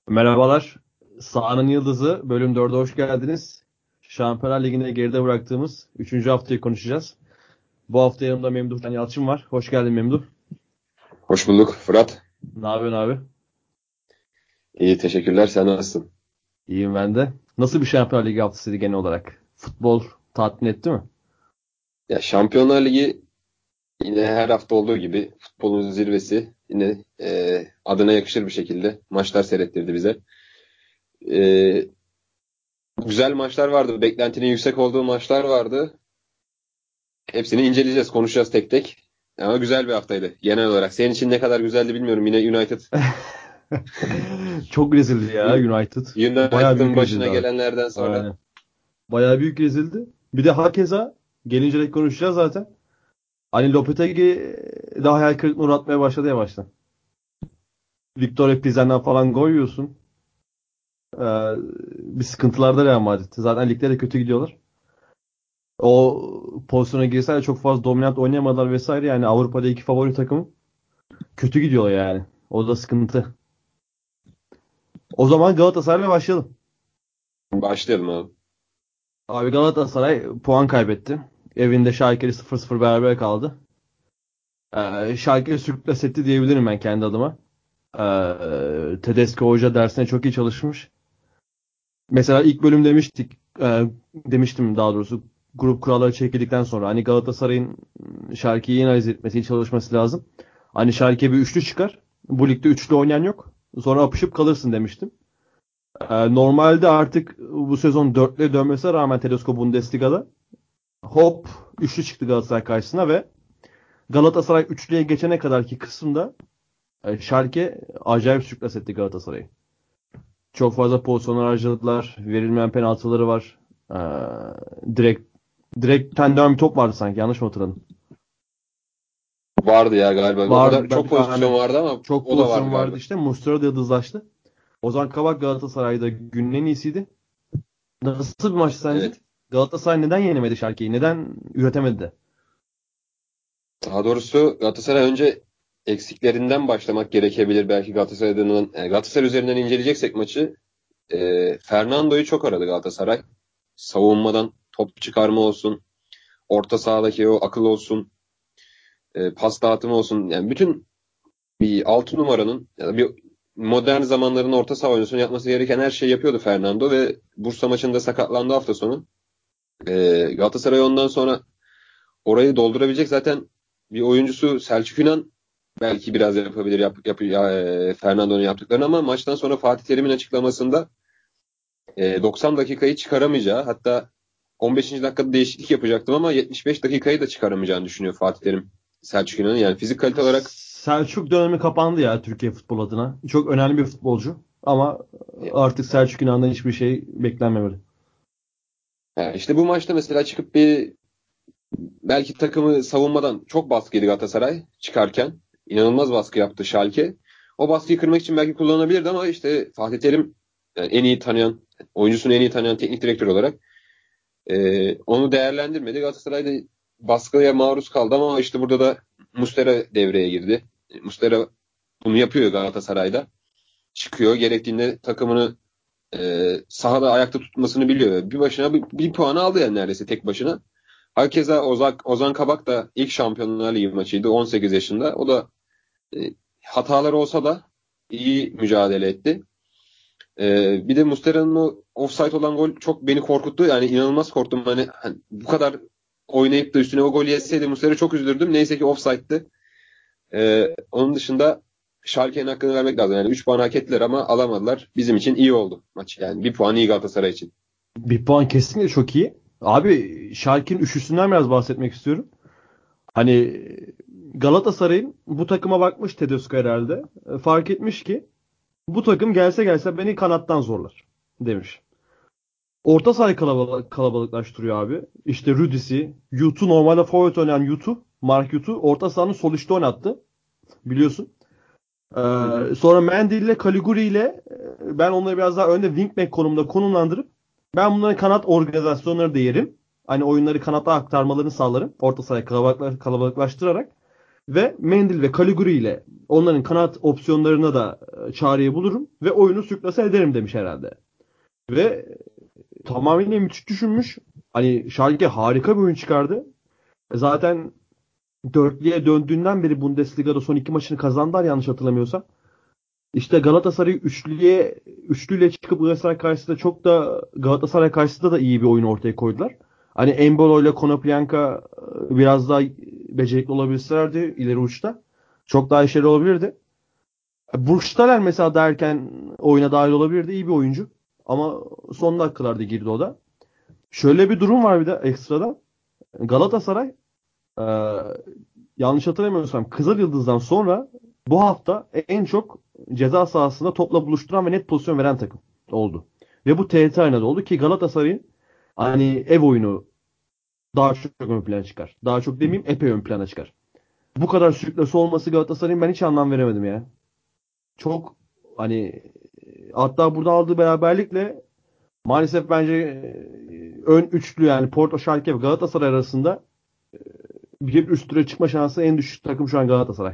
Merhabalar. Sahanın Yıldızı bölüm 4'e hoş geldiniz. Şampiyonlar Ligi'nde geride bıraktığımız 3. haftayı konuşacağız. Bu hafta yanımda Memduh Can Yalçın var. Hoş geldin Memduh. Hoş bulduk Fırat. Ne yapıyorsun abi? İyi teşekkürler. Sen nasılsın? İyiyim ben de. Nasıl bir Şampiyonlar Ligi haftasıydı genel olarak? Futbol tatmin etti mi? Ya Şampiyonlar Ligi yine her hafta olduğu gibi futbolun zirvesi. Yine adına yakışır bir şekilde maçlar seyrettirdi bize. E, Güzel maçlar vardı. Beklentinin yüksek olduğu maçlar vardı. Hepsini inceleyeceğiz, konuşacağız tek tek. Ama güzel bir haftaydı genel olarak. Senin için ne kadar güzeldi bilmiyorum. Yine United Çok rezildi ya United. Bayağı büyük United'ın başına rezildi abi. gelenlerden sonra Aynen. Bayağı büyük rezildi. Bir de hakeza gelince de konuşacağız zaten. Hani Lopetegui daha hayal kırıklığına uğratmaya başladı yavaştan. Victor Pizen'den falan gol yiyorsun. Bir sıkıntılarda Real Madrid. Zaten ligde de kötü gidiyorlar. O pozisyona girseler çok fazla dominant oynayamadılar vesaire. Yani Avrupa'da iki favori takım kötü gidiyor yani. O da sıkıntı. O zaman Galatasaray'la başlayalım. başlayalım abi. Abi Galatasaray puan kaybetti. Evinde Schalke'li 0-0 beraber kaldı. Schalke sürükles etti diyebilirim ben kendi adıma. Tedesco Hoca dersine çok iyi çalışmış. Mesela ilk bölüm demiştim daha doğrusu grup kuralları çekildikten sonra hani Galatasaray'ın Schalke'yi analiz etmesi, iyi çalışması lazım. Hani Schalke bir üçlü çıkar. Bu ligde üçlü oynayan yok. Sonra apışıp kalırsın demiştim. Normalde artık bu sezon dörtlüye dönmesine rağmen Tedesco Bundesliga'da hop üçlü çıktı Galatasaray karşısına ve Galatasaray üçlüye geçene kadarki kısımda Schalke acayip sürklas etti Galatasaray'ı. Çok fazla pozisyonlar harcadılar. Verilmeyen penaltıları var. Direkt direkten dönen bir top vardı sanki. Yanlış mı hatırladım? Vardı ya galiba. O kadar Vardı çok bir tane. pozisyon vardı ama Çok o da vardı pozisyon vardı galiba. işte. Muslera da yıldızlaştı. Ozan Kabak Galatasaray'da günün en iyisiydi. Nasıl bir maç sence? Evet. Galatasaray neden yenemedi Schalke'yi? Neden üretemedi de? Daha doğrusu Galatasaray önce eksiklerinden başlamak gerekebilir belki Galatasaray'dan. Yani Galatasaray üzerinden inceleyeceksek maçı Fernando'yu çok aradı Galatasaray. Savunmadan top çıkarma olsun, orta sahadaki o akıl olsun, pas dağıtımı olsun. Yani bütün bir 6 numaranın ya da bir modern zamanların orta saha oyuncusunun yapması gereken her şeyi yapıyordu Fernando ve Bursa maçında sakatlandı hafta sonu. Galatasaray ondan sonra orayı doldurabilecek zaten bir oyuncusu Selçuk İnan belki biraz yapabilir Fernando'nun yaptıklarını ama maçtan sonra Fatih Terim'in açıklamasında 90 dakikayı çıkaramayacağı hatta 15. dakikada değişiklik yapacaktım ama 75 dakikayı da çıkaramayacağını düşünüyor Fatih Terim Selçuk İnan'ın. Yani fizik kalite olarak Selçuk dönemi kapandı ya Türkiye futbol adına. Çok önemli bir futbolcu. Ama e, artık Selçuk İnan'dan hiçbir şey beklenmemeli. işte bu maçta mesela çıkıp bir belki takımı savunmadan çok baskıydı Galatasaray çıkarken. İnanılmaz baskı yaptı Schalke. O baskıyı kırmak için belki kullanabilirdi ama işte Fatih Terim yani en iyi tanıyan, oyuncusunu en iyi tanıyan teknik direktör olarak onu değerlendirmedi. Galatasaray da baskıya maruz kaldı ama işte burada da Muslera devreye girdi. Muslera bunu yapıyor Galatasaray'da. Çıkıyor. Gerektiğinde takımını sahada ayakta tutmasını biliyor. Bir başına bir puan aldı yani neredeyse tek başına. Hakeza Ozan Kabak da ilk Şampiyonlar Ligi maçıydı 18 yaşında. O da e, hataları olsa da iyi mücadele etti. Bir de Muslera'nın o offside olan gol çok beni korkuttu. Yani inanılmaz korktum. Hani bu kadar oynayıp da üstüne o gol yetseydi Muslera çok üzülürdüm. Neyse ki offside'dı. Onun dışında Schalke'nin hakkını vermek lazım. Yani 3 puan hak ettiler ama alamadılar. Bizim için iyi oldu maç. Yani bir puan iyi Galatasaray için. Bir puan kesinlikle çok iyi. Abi Schalke'nin üşüsünden biraz bahsetmek istiyorum. Hani Galatasaray'ın bu takıma bakmış Tedesco herhalde. Fark etmiş ki bu takım gelse beni kanattan zorlar demiş. Orta sahayı kalabalıklaştırıyor abi. İşte Rüdi'si, Yutu normalde forvet oynayan Yutu, Mark Yutu orta sahanın sol üstte oynattı. Biliyorsun. Hı hı. Sonra Mendy ile Caliguri ile ben onları biraz daha önde wingback konumda konumlandırıp ben bunların kanat organizasyonları da yerim. Hani oyunları kanata aktarmalarını sağlarım. Orta sahayı kalabalıklaştırarak. Ve Mendil ve Caliguri ile onların kanat opsiyonlarına da çareyi bulurum ve oyunu sürklase ederim demiş herhalde. Ve tamamıyla müthiş düşünmüş. Hani Schalke harika bir oyun çıkardı. Zaten dörtlüye döndüğünden beri Bundesliga'da son 2 maçını kazandılar yanlış hatırlamıyorsam. İşte Galatasaray'ı üçlüyle çıkıp Galatasaray karşısında çok da Galatasaray karşısında da iyi bir oyun ortaya koydular. Hani Embolo ile Konoplyanka biraz daha becerikli olabilselerdi ileri uçta çok daha işleri olabilirdi. Burgstaller mesela derken oyuna dahil olabilirdi. İyi bir oyuncu. Ama son dakikalarda girdi o da. Şöyle bir durum var bir de ekstradan. Galatasaray e, yanlış hatırlamıyorsam Kızılyıldız'dan sonra bu hafta en çok ceza sahasında topla buluşturan ve net pozisyon veren takım oldu. Ve bu TRT Arena'da oldu ki Galatasaray'ın hani ev oyunu daha çok ön plana çıkar. Daha çok demeyeyim epey ön plana çıkar. Bu kadar sürklası olması Galatasaray'ın ben hiç anlam veremedim ya. Çok hani hatta burada aldığı beraberlikle maalesef bence ön üçlü yani Porto, Schalke ve Galatasaray arasında bir üst tura çıkma şansı en düşük takım şu an Galatasaray.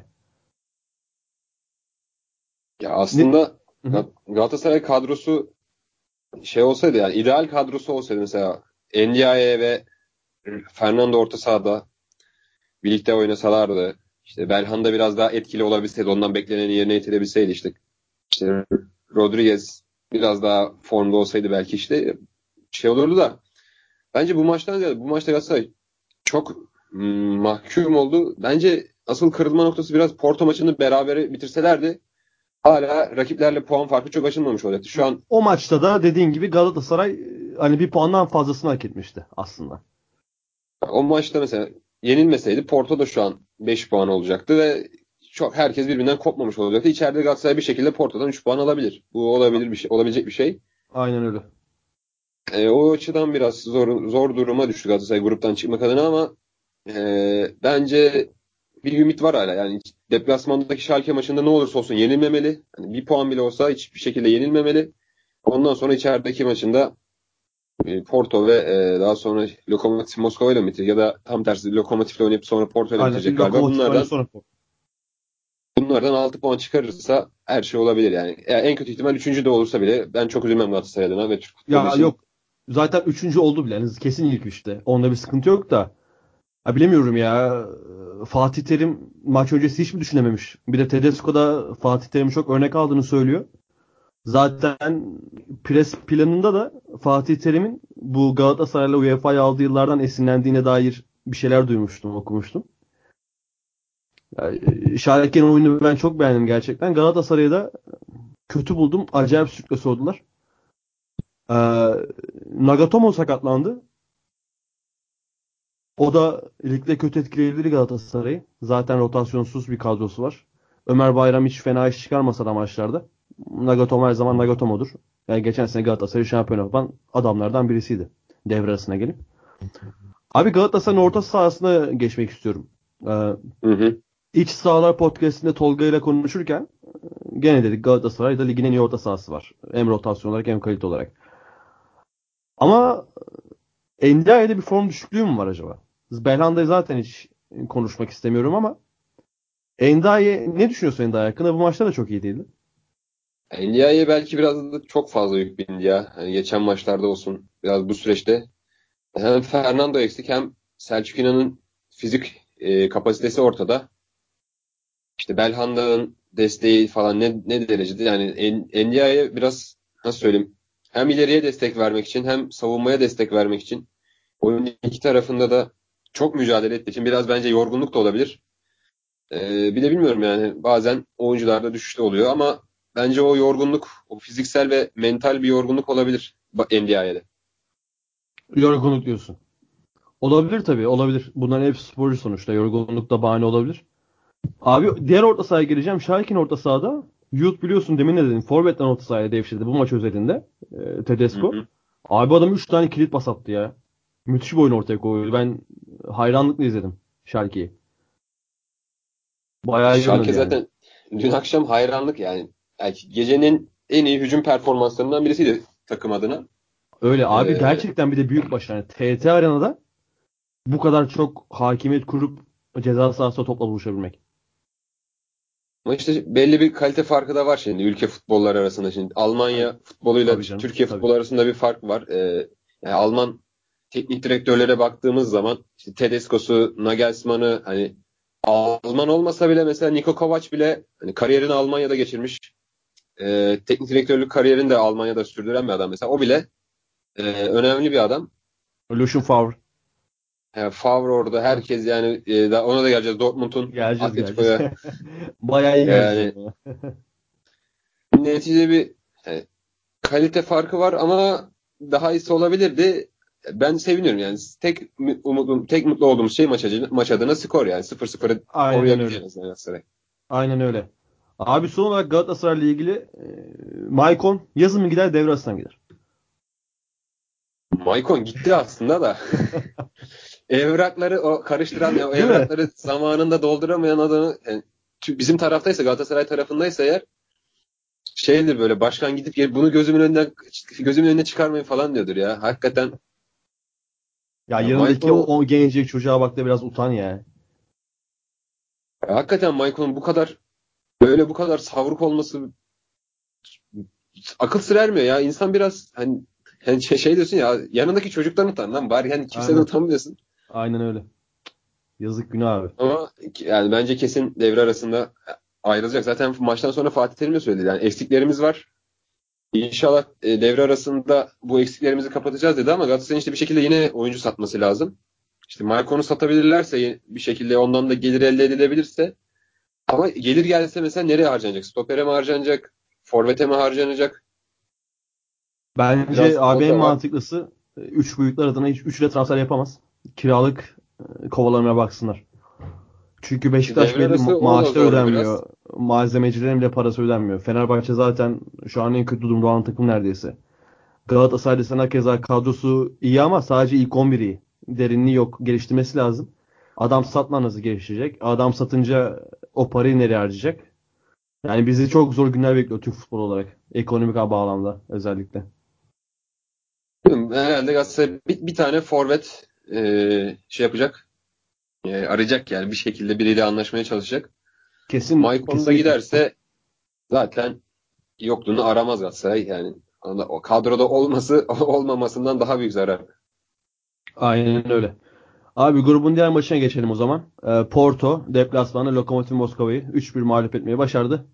Ya Ne? aslında Hı hı. Galatasaray kadrosu şey olsaydı, yani ideal kadrosu olsaydı, mesela Ndiaye ve Fernando orta sahada birlikte oynasalardı, işte Belhanda biraz daha etkili olabilseydi, ondan bekleneni yerine getirebilseydi, işte Rodriguez biraz daha formda olsaydı belki işte şey olurdu da, bence bu maçtan ziyade bu maçta Galatasaray çok mahkum oldu. Bence asıl kırılma noktası biraz Porto maçını berabere bitirselerdi hala rakiplerle puan farkı çok açılmamış olacaktı. Şu an O maçta da dediğin gibi Galatasaray hani bir puandan fazlasını hak etmişti aslında. o maçta mesela yenilmeseydi Porto da şu an 5 puan olacaktı ve çok herkes birbirinden kopmamış olacaktı. İçeride Galatasaray bir şekilde Porto'dan 3 puan alabilir. Bu olabilir bir şey, olabilecek bir şey. Aynen öyle. O açıdan biraz zor duruma düştü Galatasaray gruptan çıkmak adına, ama bence bir ümit var hala. Yani deplasmandaki Schalke maçında ne olursa olsun yenilmemeli. Hani bir puan bile olsa hiçbir şekilde yenilmemeli. Ondan sonra içerideki maçında Porto ve daha sonra Lokomotiv Moskova ile mi bitirecek, ya da tam tersi Lokomotiv'le oynayıp sonra Porto ile Aynen. bitirecek galiba. Lokomotiv önce Bunlardan sonra Porto. bunlardan 6 puan çıkarırsa her şey olabilir yani. En kötü ihtimal 3. de olursa bile ben çok üzülmem Galatasaray adına ve Türk futbolu Ya için. yok. Zaten üçüncü oldu bile. Yani kesin ilk üçte. Onda bir sıkıntı yok da. Ha, bilemiyorum ya. Fatih Terim maç öncesi hiç mi düşünememiş? Bir de Tedesco da Fatih Terim'i çok örnek aldığını söylüyor. Zaten pres planında da Fatih Terim'in bu Galatasaray'la UEFA'yı aldığı yıllardan esinlendiğine dair bir şeyler duymuştum, okumuştum. Yani, Schalke'nin oyununu ben çok beğendim gerçekten. Galatasaray'ı da kötü buldum. Acayip sürükle sordular. Ee, Nagatomo sakatlandı. O da ligde kötü etkileyebilir Galatasaray'ı. Zaten rotasyonsuz bir kadrosu var. Ömer Bayram hiç fena iş çıkarmasa da maçlarda. Nagatomo her zaman Nagatomo'dur. Yani geçen sene Galatasaray'ı şampiyon yapan adamlardan birisiydi. Devre arasına gelip. Abi Galatasaray'ın orta sahasına geçmek istiyorum. Ee, Hı hı. İç Sahalar Podcast'inde Tolga ile konuşurken gene dedik Galatasaray'da ligin en iyi orta sahası var. Hem rotasyon olarak hem kalite olarak. Ama Ndiaye'de bir form düşüklüğü mü var acaba? Belhanda'yı zaten hiç konuşmak istemiyorum ama Ndiaye ne düşünüyorsun Ndiaye hakkında? Bu maçta da çok iyi değildi. Ndiaye'ye belki biraz da çok fazla yük bindi ya. Hani geçen maçlarda olsun, biraz bu süreçte. Hem Fernando eksik, hem Selçuk İnan'ın fizik kapasitesi ortada. İşte Belhanda'nın desteği falan ne derecede, yani Ndiaye biraz, nasıl söyleyeyim, hem ileriye destek vermek için hem savunmaya destek vermek için oyunun iki tarafında da çok mücadele ettiği için biraz bence yorgunluk da olabilir. Bir de bilmiyorum, yani bazen oyuncularda düşüşte oluyor, ama bence o yorgunluk, o fiziksel ve mental bir yorgunluk olabilir Ndiaye'de. Yorgunluk diyorsun. Olabilir tabii olabilir. Bunların hepsi sporcu sonuçta. Yorgunluk da bahane olabilir. Abi diğer orta sahaya gireceğim. Schalke'nin orta sahada Youth biliyorsun demin ne dedim. Forvet'ten orta sahaya devşirdi bu maç özelinde. Hı Tedesco. hı. Abi adam 3 tane kilit pas attı ya. Müthiş bir oyun ortaya koyuyordu. Ben hayranlıkla izledim Schalke'yi. Bayağı iyi Schalke oynadı yani. zaten dün akşam hayranlık, yani belki gecenin en iyi hücum performanslarından birisiydi takım adına. Öyle abi Ee, gerçekten bir de büyük başarı. TT Arena'da bu kadar çok hakimiyet kurup ceza sahasında topla buluşabilmek. Ama işte belli bir kalite farkı da var şimdi ülke futbolları arasında. Şimdi Almanya futboluyla Tabii canım. Türkiye Tabii. futbolu arasında bir fark var. Yani Alman teknik direktörlere baktığımız zaman işte Tedesco'su, Nagelsmann'ı hani Alman olmasa bile mesela Niko Kovac bile hani kariyerini Almanya'da geçirmiş. Teknik direktörlük kariyerini de Almanya'da sürdüren bir adam mesela. O bile önemli bir adam. Lucien Favre. Yani Favre orada Hı. herkes yani ona da geleceğiz. Dortmund'un Geleceğiz. Atletico'ya Bayağı iyi geleceğiz yani ama. neticede bir kalite farkı var ama daha iyisi olabilirdi. Ben seviniyorum yani. Tek mutlu olduğumuz şey maç adına skor yani. 0-0'ı Aynen öyle. koruyabileceğiniz Galatasaray. Aynen öyle. Abi son olarak Galatasaray'la ilgili Maicon yazın mı gider devre arasından gider. Maicon gitti aslında da evrakları o karıştıran o Değil mi? evrakları zamanında dolduramayan adamı yani, bizim taraftaysa Galatasaray tarafındaysa eğer şeydir böyle başkan gidip bunu gözümün önüne çıkarmayın falan diyordur ya. Hakikaten Ya ya yanındaki Maicon o gencecik çocuğa bak da biraz utan ya. hakikaten Maicon'un bu kadar savruk olması akıl sır ermiyor ya. İnsan biraz hani şey diyorsun ya yanındaki çocuktan utan lan bari yani kimseden Aynen. utanmıyorsun. Aynen öyle. Yazık günah abi. Ama yani bence kesin devre arasında ayrılacak. Zaten maçtan sonra Fatih Terim de söyledi. Yani eksiklerimiz var. İnşallah devre arasında bu eksiklerimizi kapatacağız dedi ama Galatasaray'ın işte bir şekilde yine oyuncu satması lazım. İşte Marcon'u satabilirlerse bir şekilde ondan da gelir elde edilebilirse ama gelir gelse mesela nereye harcanacak? Stopere mi harcanacak? Forvet'e mi harcanacak? Bence Biraz abi o en da var. mantıklısı 3 büyükler adına hiç üçle transfer yapamaz. Kiralık kovalamaya baksınlar. Çünkü İşte Beşiktaş devre belli arası o da maaşlar zorlu biraz. ödenmiyor. Malzemecilerin bile parası ödenmiyor. Fenerbahçe zaten şu an en kötü durumda olan takım neredeyse. Galatasaray'da sana keza kadrosu iyi ama sadece ilk 11 iyi. Derinliği yok. Geliştirmesi lazım. Adam satma nasıl geliştirecek? Adam satınca o parayı nereye harcayacak? Yani bizi çok zor günler bekliyor Türk futbol olarak. Ekonomik bağlamda özellikle. Bilmiyorum, herhalde Galatasaray bir tane forvet şey yapacak. Arayacak yani bir şekilde biriyle anlaşmaya çalışacak. Maicon da Kesinlikle. giderse zaten yokluğunu aramaz Galatasaray yani. O kadroda olması olmamasından daha büyük zarar. Aynen öyle. Abi grubun diğer maçına geçelim o zaman. Porto deplasmanda Lokomotiv Moskova'yı 3-1 mağlup etmeyi başardı.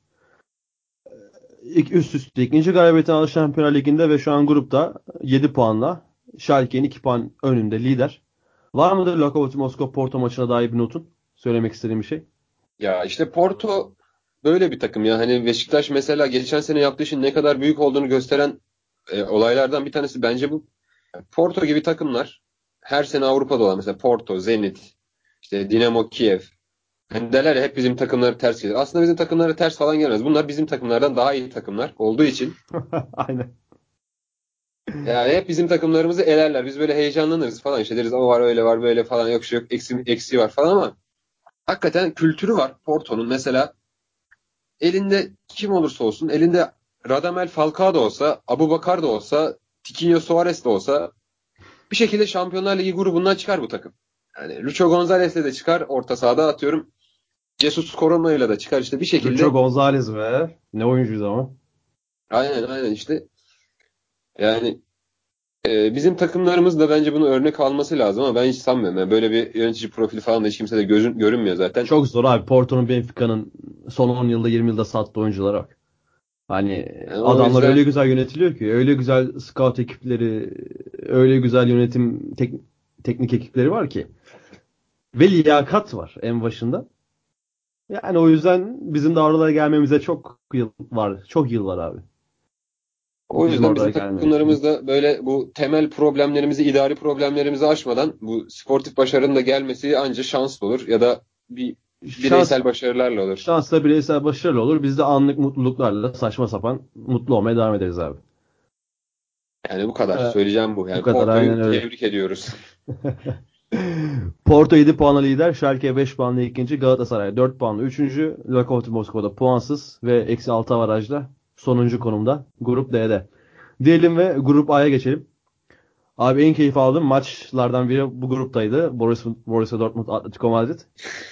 Üst üste ikinci galibiyetini aldı Şampiyonlar Ligi'nde ve şu an grupta 7 puanla Schalke'nin 2 puan önünde lider. Var mıdır Lokomotiv Moskova Porto maçına dair bir notun? Söylemek istediğim bir şey. Ya işte Porto böyle bir takım ya. Hani Beşiktaş mesela geçen sene yaptığı işin ne kadar büyük olduğunu gösteren olaylardan bir tanesi bence bu. Porto gibi takımlar her sene Avrupa'da olan mesela Porto, Zenit, işte Dinamo Kiev. Hani derler ya hep bizim takımları ters gelir. Aslında bizim takımları ters falan gelmez. Bunlar bizim takımlardan daha iyi takımlar olduğu için Aynen. yani hep bizim takımlarımızı elerler. Biz böyle heyecanlanırız falan işte deriz o var öyle var böyle falan yok şu yok eksiği var falan ama hakikaten kültürü var Porto'nun. Mesela elinde kim olursa olsun elinde Radamel Falcao da olsa, Abubakar da olsa, Tiquinho Suarez de olsa bir şekilde Şampiyonlar Ligi grubundan çıkar bu takım. Yani Lucho Gonzalez'le de çıkar orta sahada atıyorum. Jesus Corona'yla da çıkar işte bir Lucho şekilde. Gonzalez be. Ne oyuncuyuz ama. Aynen işte. Yani bizim takımlarımız da bence bunu örnek alması lazım ama ben hiç sanmıyorum. Yani böyle bir yönetici profili falan da hiç kimse de görünmüyor zaten. Çok zor abi. Porto'nun Benfica'nın son 10 yılda 20 yılda sattığı oyunculara bak. Hani Yani o adamlar öyle yüzden güzel yönetiliyor ki. Öyle güzel scout ekipleri, öyle güzel teknik ekipleri var ki. Ve liyakat var en başında. Yani o yüzden bizim de oralara gelmemize çok yıl var. Çok yıl var abi. o Bizim yüzden oralara bizim gelmemiz için. takımlarımız da böyle bu temel problemlerimizi, idari problemlerimizi aşmadan bu sportif başarının da gelmesi anca şanslı olur ya da bir Şans bireysel başarılarla olur. şansla bireysel başarılı olur. Biz de anlık mutluluklarla saçma sapan mutlu olmaya devam ederiz abi. Yani bu kadar. Ee, Söyleyeceğim bu. Bu Yani kadar aynen Porto'yu öyle. tebrik ediyoruz. Porto 7 puanla lider. Schalke 5 puanla ikinci. Galatasaray 4 puanla üçüncü. Lokomotiv Moskova'da puansız ve eksi 6 avarajla sonuncu konumda. Grup D'de. Diyelim ve Grup A'ya geçelim. Abi en keyif aldığım maçlardan biri bu gruptaydı. Borussia Dortmund, Atletico Madrid.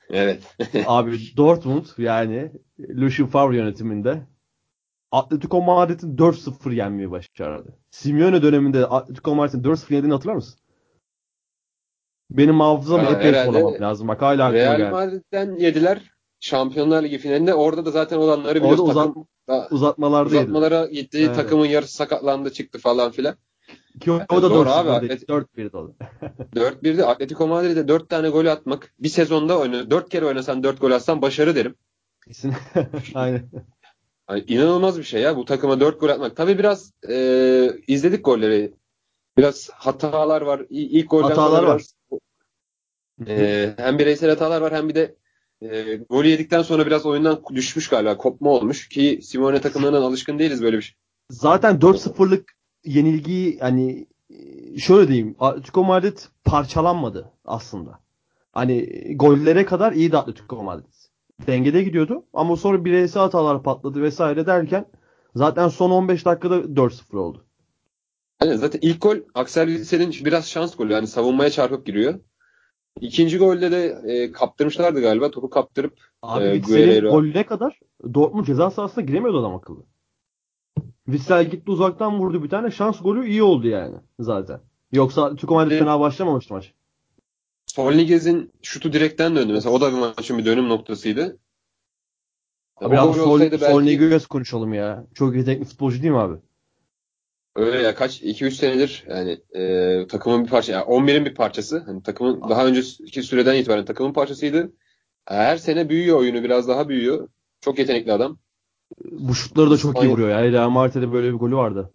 Evet. Abi Dortmund yani Lucien Favre yönetiminde Atletico Madrid'in 4-0 yenmeyi başardı. Simeone döneminde Atletico Madrid'in 4-0 yendiğini hatırlar mısın? Benim hafızamı epey zorlamam Herhalde lazım. Bak hala aklıma Real geldi. Madrid'den yediler Şampiyonlar Ligi finalinde. Orada da zaten olanları Orada biliyoruz. Takım uzatmalarda yediler. uzatmalara gitti. Aynen. Takımın yarısı sakatlandı çıktı falan filan. Ki o Yani da zor abi. 4-0 değil. 4-1'di o da. 4-1'de Atletico Madrid'e 4 tane gol atmak. Bir sezonda 4 kere oynasan 4 gol atsan başarı derim. Kesin. Aynen. Yani inanılmaz bir şey ya bu takıma 4 gol atmak. Tabii biraz izledik golleri. Biraz hatalar var. İlk golden sonra Hatalar var. biraz hem bireysel hatalar var hem bir de golü yedikten sonra biraz oyundan düşmüş galiba. Kopma olmuş ki Simone takımlarından alışkın değiliz böyle bir şey. Zaten 4-0'lık yenilgiyi hani şöyle diyeyim. Atletico Madrid parçalanmadı aslında. Hani gollere kadar iyiydi Atletico Madrid. Dengede gidiyordu ama sonra bireysel hatalar patladı vesaire derken zaten son 15 dakikada 4-0 oldu. Yani zaten ilk gol Axel Witsel'in biraz şans golü. Yani savunmaya çarpıp giriyor. İkinci golde de kaptırmışlardı galiba. Topu kaptırıp Abi Witsel'in Guerreiro. golüne kadar Dortmund ceza sahasına giremiyordu adam akıllı. Witsel gitti uzaktan vurdu bir tane. Şans golü iyi oldu yani zaten. Yoksa Atletico Madrid Bir de fena başlamamıştı maç. Solniguez'in şutu direkten döndü. Mesela o da bir maçın bir dönüm noktasıydı. O Biraz gol olsaydı Sol belki Niguez konuşalım ya. çok iyi teknik futbolcu değil mi abi? öyle ya kaç 2-3 senedir yani takımın bir parça yani 11'in bir parçası. Hani takımın daha önceki süreden itibaren takımın parçasıydı. Her sene büyüyor oyunu biraz daha büyüyor. Çok yetenekli adam. Bu şutları da çok iyi İspanya vuruyor ya. Real Madrid'de böyle bir golü vardı.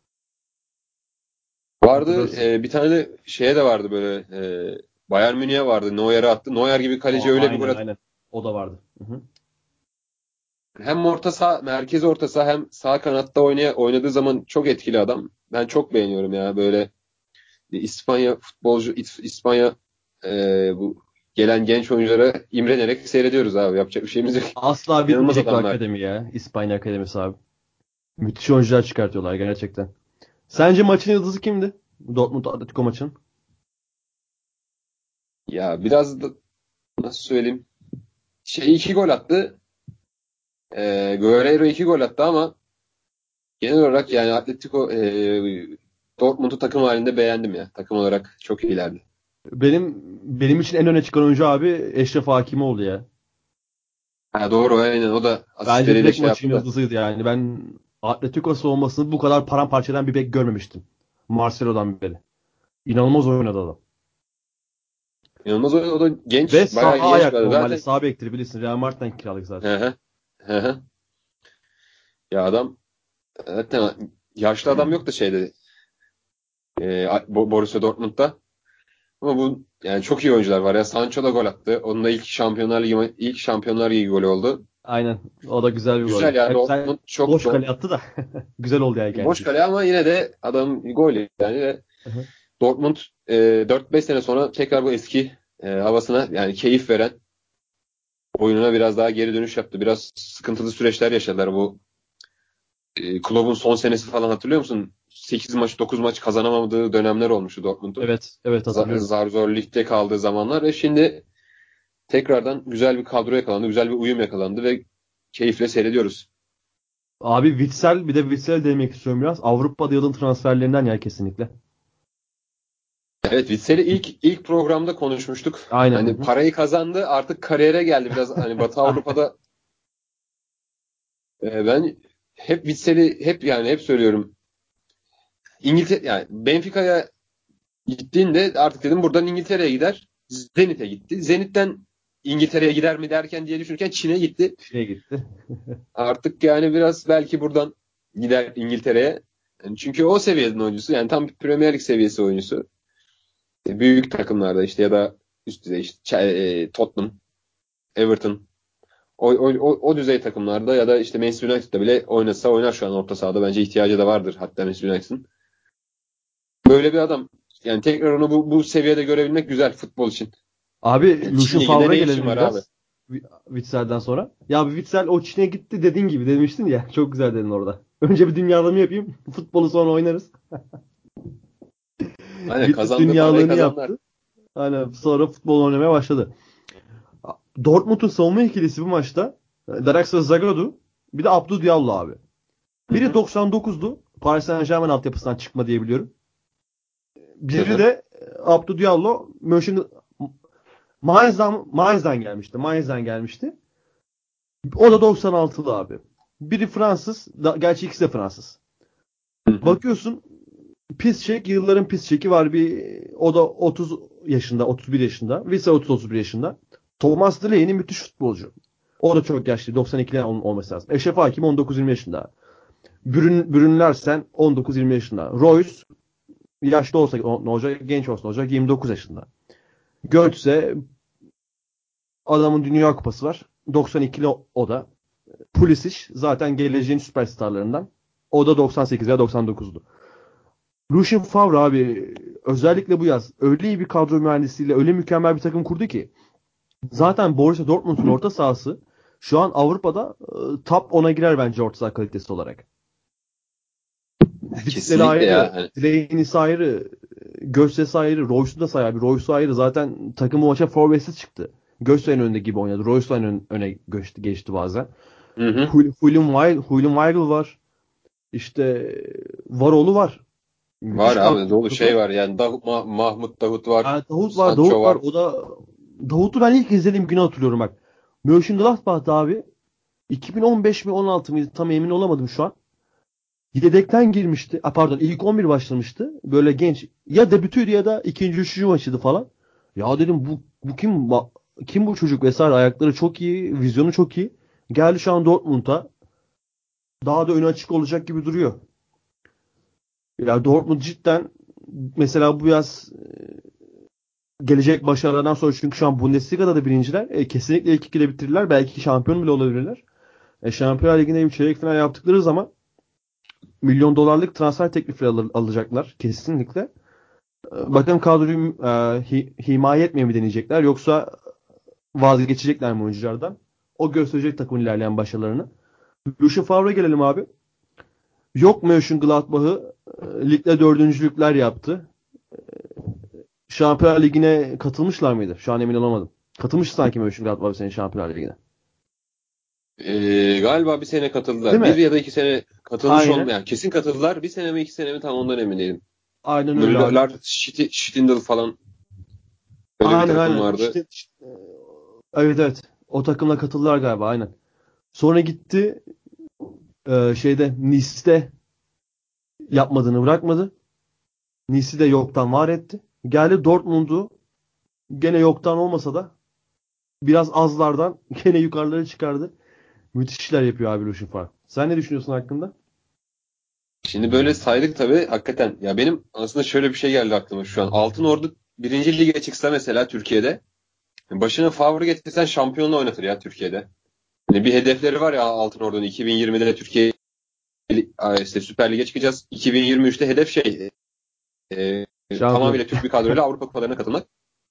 vardı. Hatırlarsın. Bir tane de şeye de vardı böyle Bayern Münih'e vardı. Neuer'e attı. Neuer gibi kaleci öyle bir gol Aynen attı. aynen. O da vardı. Hı hı. Hem orta saha, merkez orta saha hem sağ kanatta oynadığı zaman çok etkili adam. Ben çok beğeniyorum ya böyle İspanya futbolcu İspanya bu gelen genç oyunculara imrenerek seyrediyoruz abi. Yapacak bir şeyimiz yok. Asla İnanılmaz bitmeyecek bir adamlar. akademi ya. İspanya Akademisi abi. Müthiş oyuncular çıkartıyorlar gerçekten. Sence maçın yıldızı kimdi? Dortmund Atletico maçın. Ya biraz da nasıl söyleyeyim? İki gol attı. Guerreiro iki gol attı ama genel olarak yani Atletico Dortmund'u takım halinde beğendim ya. Takım olarak çok iyilerdi. Benim için en öne çıkan oyuncu abi Eşref Hakimoğlu ya. Ha, doğru aynen o da Bence asistleriyle direkt şey maçın yaptı da. yıldızıydı yani. Ben Atletico savunmasını bu kadar paramparça eden bir bek görmemiştim. Marcelo'dan beri. İnanılmaz oynadı adam. İnanılmaz o da Ve genç, sağ bayağı genç bir ayak adam. normalde. Zaten Sağ bektir bilirsin. Real Madrid'den kiralık zaten. hı hı, hı hı. Ya adam zaten yaşlı adam yok da şeyde Borussia Dortmund'da. Ama bu yani çok iyi oyuncular var ya. Sancho da gol attı. Onun da ilk Şampiyonlar Ligi golü oldu. Aynen. O da güzel bir Güzel goldü. ya Güzel. Dortmund çok Boş da kale attı da. Güzel oldu yani boş kendisi. kale ama yine de adam gol yani ve Hı hı. Dortmund 4-5 sene sonra tekrar bu eski havasına yani keyif veren oyununa biraz daha geri dönüş yaptı. Biraz sıkıntılı süreçler yaşadılar bu kulübün son senesi falan hatırlıyor musun? 8 maç 9 maç kazanamadığı dönemler olmuştu Dortmund'un. Evet. Evet hatırlıyorum. Zar zor ligde kaldığı zamanlar ve şimdi tekrardan güzel bir kadro yakalandı, güzel bir uyum yakalandı ve keyifle seyrediyoruz. Abi Witsel bir de Witsel demek istiyorum biraz. Avrupa'da yılın transferlerinden ya kesinlikle. Evet, Witsel'i ilk programda konuşmuştuk. Aynen. Hı Hani hı. parayı kazandı, artık kariyere geldi biraz. Hani Batı Avrupa'da ben hep Witsel'i hep söylüyorum. İngiltere yani Benfica'ya gittiğinde artık dedim buradan İngiltere'ye gider. Zenit'e gitti. Zenit'ten İngiltere'ye gider mi derken diye düşünürken Çin'e gitti. Şeye gitti. Artık yani biraz belki buradan gider İngiltere'ye. Yani çünkü o seviyenin oyuncusu. Yani tam bir Premier Lig seviyesi oyuncusu. Büyük takımlarda işte ya da üst düzey işte Tottenham, Everton o düzey takımlarda ya da işte Manchester United'da bile oynasa oynar şu an orta sahada. Bence ihtiyacı da vardır hatta Manchester United'ın. Böyle bir adam. Yani tekrar onu bu seviyede görebilmek güzel futbol için. Abi Yani Çin Lucien Ligi'nde Favre'a ne işin gelelim var abi? biraz. Witsel'den sonra. Ya bir Witsel o Çin'e gitti dediğin gibi demiştin ya. Çok güzel dedin orada. Önce bir dünyalığımı yapayım. Futbolu sonra oynarız. Aynen Gitti kazandığı parayı dünyalığını kazandılar. yaptı. Hani sonra futbol oynamaya başladı. Dortmund'un savunma ikilisi bu maçta Draxler Zagadou bir de Abdou Diallo abi. Biri 99'du. Paris Saint-Germain altyapısından çıkma diye biliyorum. Biri de Abdou Diallo Mainz'dan gelmişti. O da 96'lı abi. Biri Fransız. Gerçi ikisi de Fransız. Bakıyorsun Piszczek, yılların Piszczek'i var o da 30 yaşında, 31 yaşında. Wissa 30-31 yaşında. Thomas Delaney müthiş futbolcu. O da çok yaşlı. 92'ler olması lazım. Eşref Hakimi 19-20 yaşında. Brünnersen 19-20 yaşında. Royce yaşlı olsa ne olacak? Genç olsa ne olacak? 29 yaşında. Götze adamın Dünya Kupası var. 92'li o da. Pulisic zaten geleceğin süperstarlarından. O da 98 veya 99'du. Lucien Favre abi özellikle bu yaz öyle iyi bir kadro mühendisiyle öyle mükemmel bir takım kurdu ki zaten Borussia Dortmund'un orta sahası şu an Avrupa'da top 10'a girer bence orta saha kalitesi olarak. Kesinlikle ayrı, ya. Delaney'si ayrı, Götze'si ayrı, Royce'u da say abi. Royce'u ayrı. Zaten takımı maça forvetsiz çıktı. Götze'nin önünde gibi oynadı. Royce'un öne geçti bazen. Julian Weigl var. İşte Varolu var. Var abi, dolu şey var yani. Mahmut Davut var. Yani Davut var. O da Davut'u ben ilk izlediğim günü hatırlıyorum bak. Mönchengladbach'ta abi 2015 mi 16 mıydı tam emin olamadım şu an. Yedekten girmişti. Pardon ilk 11 başlamıştı. Böyle genç. Ya debütüydü ya da ikinci, üçüncü maçıydı falan. Ya dedim bu kim? Kim bu çocuk vesaire. Ayakları çok iyi. Vizyonu çok iyi. Geldi şu an Dortmund'a. Daha da önü açık olacak gibi duruyor. Ya Dortmund cidden mesela bu yaz gelecek başarılardan sonra çünkü şu an Bundesliga'da da birinciler. Kesinlikle ilk ikide bitirirler. Belki şampiyon bile olabilirler. Şampiyonlar Ligi'nde bir çeyrek final yaptıkları zaman milyon dolarlık transfer teklifleri alacaklar. Kesinlikle. Bakalım kadroyu himaye etmeye mi deneyecekler yoksa vazgeçecekler mi oyunculardan? O gösterecek takımın ilerleyen başarılarını. Lucien Favre'a gelelim abi. Yok Mönchengladbach'ı ligde dördüncülükler yaptı. Şampiyonlar Ligi'ne katılmışlar mıydı? Şu an emin olamadım. Katılmış sanki Mönchengladbach senin Şampiyonlar Ligi'ne. Galiba bir sene katıldılar. Değil mi? Bir ya da 2 sene katılmış olmayan. Kesin katıldılar. Bir sene mi 2 sene mi tam ondan emin değilim. Aynen öyle Müller'lar, Stindl falan. Böyle bir takım vardı. Evet. O takımla katıldılar galiba aynen. Sonra gitti Nice'de yapmadığını bırakmadı. Nice'i de yoktan var etti. Geldi Dortmund'u gene yoktan olmasa da biraz azlardan gene yukarılara çıkardı. Müthiş işler yapıyor abi Lucien Favre. Sen ne düşünüyorsun hakkında? Şimdi böyle saydık tabii hakikaten. Ya benim aslında şöyle bir şey geldi aklıma şu an. Altınordu 1. lige çıksa mesela Türkiye'de başına Favre getirsen şampiyonluğu oynatır ya Türkiye'de. Yani bir hedefleri var ya Altınordu'nun 2020'de Türkiye işte Süper Lig'e çıkacağız. 2023'te hedef tamamıyla Türk bir kadroyla Avrupa Kupalarına katılmak.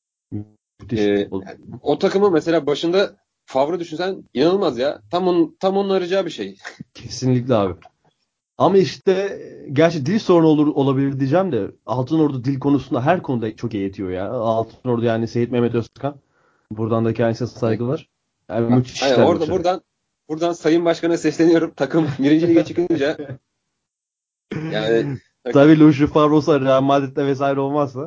O takımı mesela başında Favre düşünsen inanılmaz ya. Tam onun arayacağı bir şey. Kesinlikle abi. Ama işte gerçi dil sorunu olabilir diyeceğim de Altınordu dil konusunda her konuda çok iyi yetiyor ya. Altınordu yani Seyit Mehmet Özkan. Buradan da kendisine saygılar. Yani müthiş işler orada buradan Sayın Başkan'a sesleniyorum. Takım 1. lige çıkınca yani tabii Lucien Favre olsa Real Madrid'de vesaire olmazsa.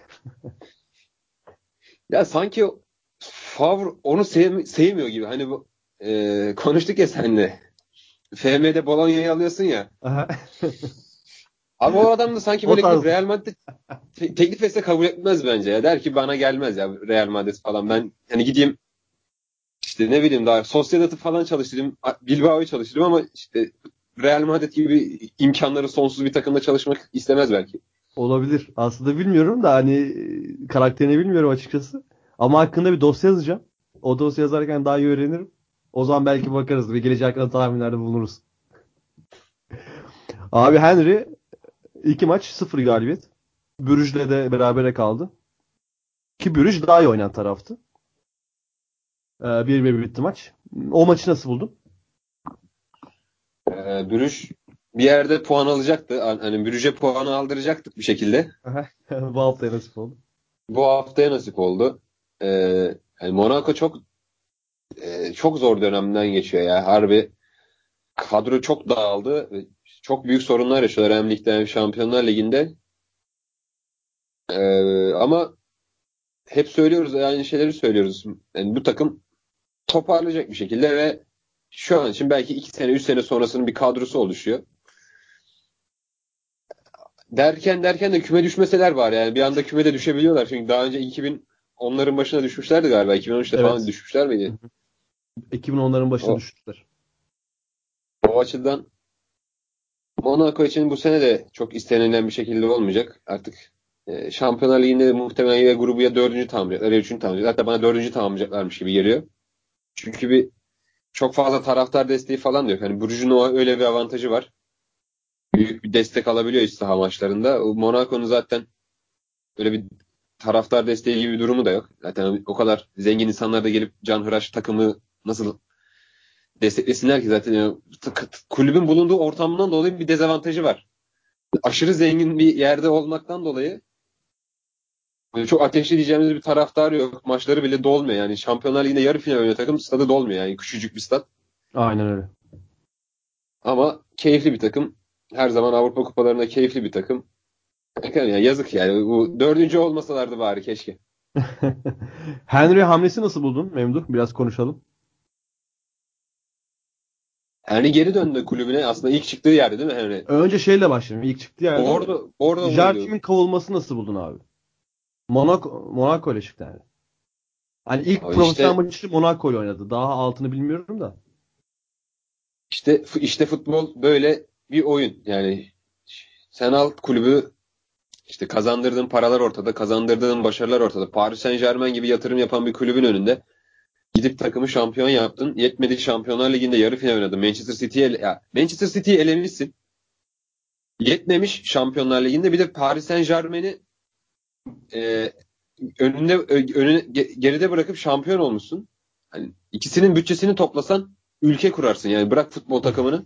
Ya sanki Favre onu sevmiyor gibi. Hani bu konuştuk ya seninle. FM'de Bolonya'yı alıyorsun ya. Abi o adam da sanki böyle gidip Real Madrid teklif etse kabul etmez bence ya. Der ki bana gelmez ya Real Madrid falan. Ben hani gideyim işte ne bileyim daha Sociedad'ı falan çalıştırayım. Bilbao'yu çalıştırayım ama işte Real Madrid gibi imkanları sonsuz bir takımda çalışmak istemez belki. Olabilir. Aslında bilmiyorum da hani karakterini bilmiyorum açıkçası. Ama hakkında bir dosya yazacağım. O dosya yazarken daha iyi öğrenirim. O zaman belki bakarız. Bir gelecek hakkında tahminlerde bulunuruz. Abi Henry 2 maç 0 galibiyet. Brugge'le de berabere kaldı. Ki Brugge daha iyi oynayan taraftı. 1-1 bitti maç. O maçı nasıl buldun? Brugge bir yerde puan alacaktı. Hani Brugge'e puanı aldıracaktık bir şekilde. Bu haftaya nasip oldu. Bu haftaya nasip oldu. Yani Monaco çok çok zor dönemden geçiyor ya. Harbi kadro çok dağıldı. Çok büyük sorunlar yaşıyorlar hem ligde hem Şampiyonlar Ligi'nde. Ama hep söylüyoruz, aynı şeyleri söylüyoruz. Yani bu takım toparlayacak bir şekilde ve şu an için belki 2 sene 3 sene sonrasının bir kadrosu oluşuyor. Derken de küme düşmeseler var yani. Bir anda kümede düşebiliyorlar. Çünkü daha önce 2010'ların başına düşmüşlerdi galiba. 2013'te falan Evet. düşmüşler Hı miydi? hı. 2010'ların başına O, düştüler. o açıdan Monaco için bu sene de çok istenilen bir şekilde olmayacak. Artık Şampiyonlar Ligi'nde de muhtemelen ya grubu ya dördüncü tamamlayacaklar ya üçüncü tamamlayacaklar. Hatta bana dördüncü tamamlayacaklarmış gibi geliyor. Çünkü çok fazla taraftar desteği falan da yok. Hani Bruges'un öyle bir avantajı var. Büyük bir destek alabiliyor iç saha maçlarında. Monaco'nun zaten öyle bir taraftar desteği gibi bir durumu da yok. Zaten o kadar zengin insanlar da gelip canhıraş takımı nasıl desteklesinler ki zaten kulübün bulunduğu ortamdan dolayı bir dezavantajı var. Aşırı zengin bir yerde olmaktan dolayı böyle çok ateşli diyeceğimiz bir taraftar yok. Maçları bile dolmuyor. Yani Şampiyonlar Ligi'nde yarı final oynayan takım stadı dolmuyor. Yani küçücük bir stat. Aynen öyle. Ama keyifli bir takım. Her zaman Avrupa kupalarında keyifli bir takım. Bakalım ya, yazık yani. Bu dördüncü olmasalardı bari keşke. Henry hamlesi nasıl buldun Memduh? Biraz konuşalım. Yani geri döndü kulübüne. Aslında ilk çıktığı yerde değil mi Henry? Önce şeyle başlayalım. İlk çıktığı yerde Bordo Jartim'in muydu? kovulması nasıl buldun abi? Monaco ile çıktı yani. Hani ilk Ama profesyonel işte maçı Monaco ile oynadı. Daha altını bilmiyorum da. işte futbol böyle bir oyun. Yani sen alt kulübü işte kazandırdığın paralar ortada, kazandırdığın başarılar ortada. Paris Saint-Germain gibi yatırım yapan bir kulübün önünde gidip takımı şampiyon yaptın. Yetmedi, Şampiyonlar Ligi'nde yarı final oynadın. Manchester City'yi elemişsin. Yetmemiş Şampiyonlar Ligi'nde bir de Paris Saint-Germain'i e, geride bırakıp şampiyon olmuşsun. Hani ikisinin bütçesini toplasan ülke kurarsın yani, bırak futbol takımını.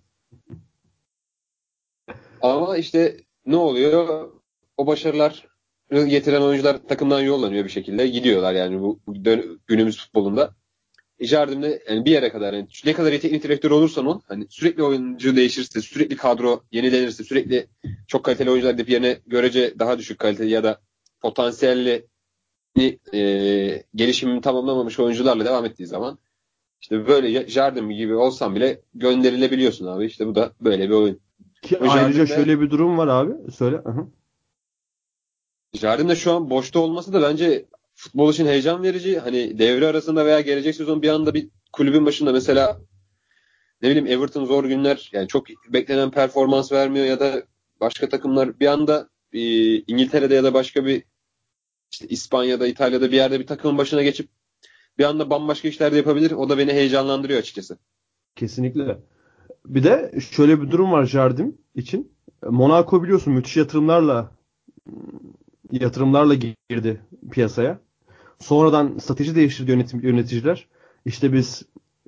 Ama işte ne oluyor? O başarılar getiren oyuncular takımdan yollanıyor bir şekilde. Gidiyorlar yani günümüz futbolunda. Jardim'de yani bir yere kadar yani ne kadar iyi teknik direktör olursan ol, hani sürekli oyuncu değişirse, sürekli kadro yenilenirse, sürekli çok kaliteli oyuncular gidip yerine görece daha düşük kaliteli ya da potansiyelli gelişimini tamamlamamış oyuncularla devam ettiği zaman işte böyle Jardim gibi olsan bile gönderilebiliyorsun abi. İşte bu da böyle bir oyun. Ki Ve ayrıca Jardim de şöyle bir durum var abi. Söyle. Aha. Jardim de şu an boşta olması da bence futbol için heyecan verici. Hani devre arasında veya gelecek sezon bir anda bir kulübün başında mesela ne bileyim Everton zor günler yani çok beklenen performans vermiyor ya da başka takımlar bir anda İngiltere'de ya da başka bir işte İspanya'da, İtalya'da bir yerde bir takımın başına geçip bir anda bambaşka işler de yapabilir. O da beni heyecanlandırıyor açıkçası. Kesinlikle. Bir de şöyle bir durum var Jardim için. Monaco biliyorsun müthiş yatırımlarla girdi piyasaya. Sonradan strateji değiştirdi yöneticiler. İşte biz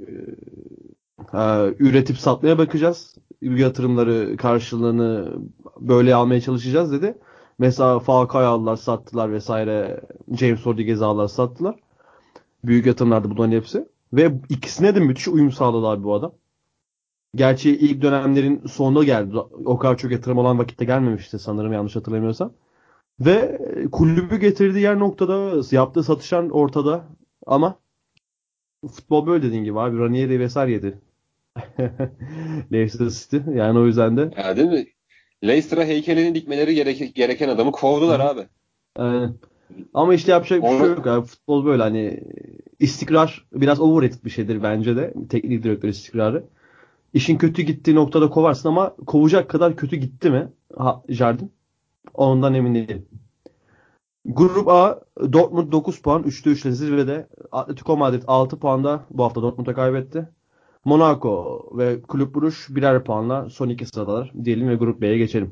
üretip satmaya bakacağız. Yatırımları karşılığını böyle almaya çalışacağız dedi. Mesela Falcao'yu aldılar, sattılar vesaire. James Rodriguez'i aldılar, sattılar. Büyük yatırımlardı bunların hepsi. Ve ikisine de müthiş uyum sağladı abi bu adam. Gerçi ilk dönemlerin sonunda geldi. O kadar çok yatırım olan vakitte gelmemişti sanırım, yanlış hatırlamıyorsam. Ve kulübü getirdiği yer noktada, yaptığı satışlar ortada. Ama futbol böyle dediğin gibi abi. Ranieri vesaire yedi. Leicester City. Yani o yüzden de. Ya değil mi? Leicester'a heykelini dikmeleri gereken adamı Hı kovdular hı. abi. Aynen. Ama işte yapacak bir şey Onu yok abi. Futbol böyle hani istikrar biraz overrated bir şeydir bence de. Teknik direktör istikrarı. İşin kötü gittiği noktada kovarsın ama kovacak kadar kötü gitti mi? Jardim. Ondan emin değilim. Grup A Dortmund 9 puan 3'te 3'le zirvede. Atletico Madrid 6 puanda bu hafta Dortmund'a kaybetti. Monaco ve Kulüp Brugge birer puanla son iki sıradalar diyelim ve Grup B'ye geçelim.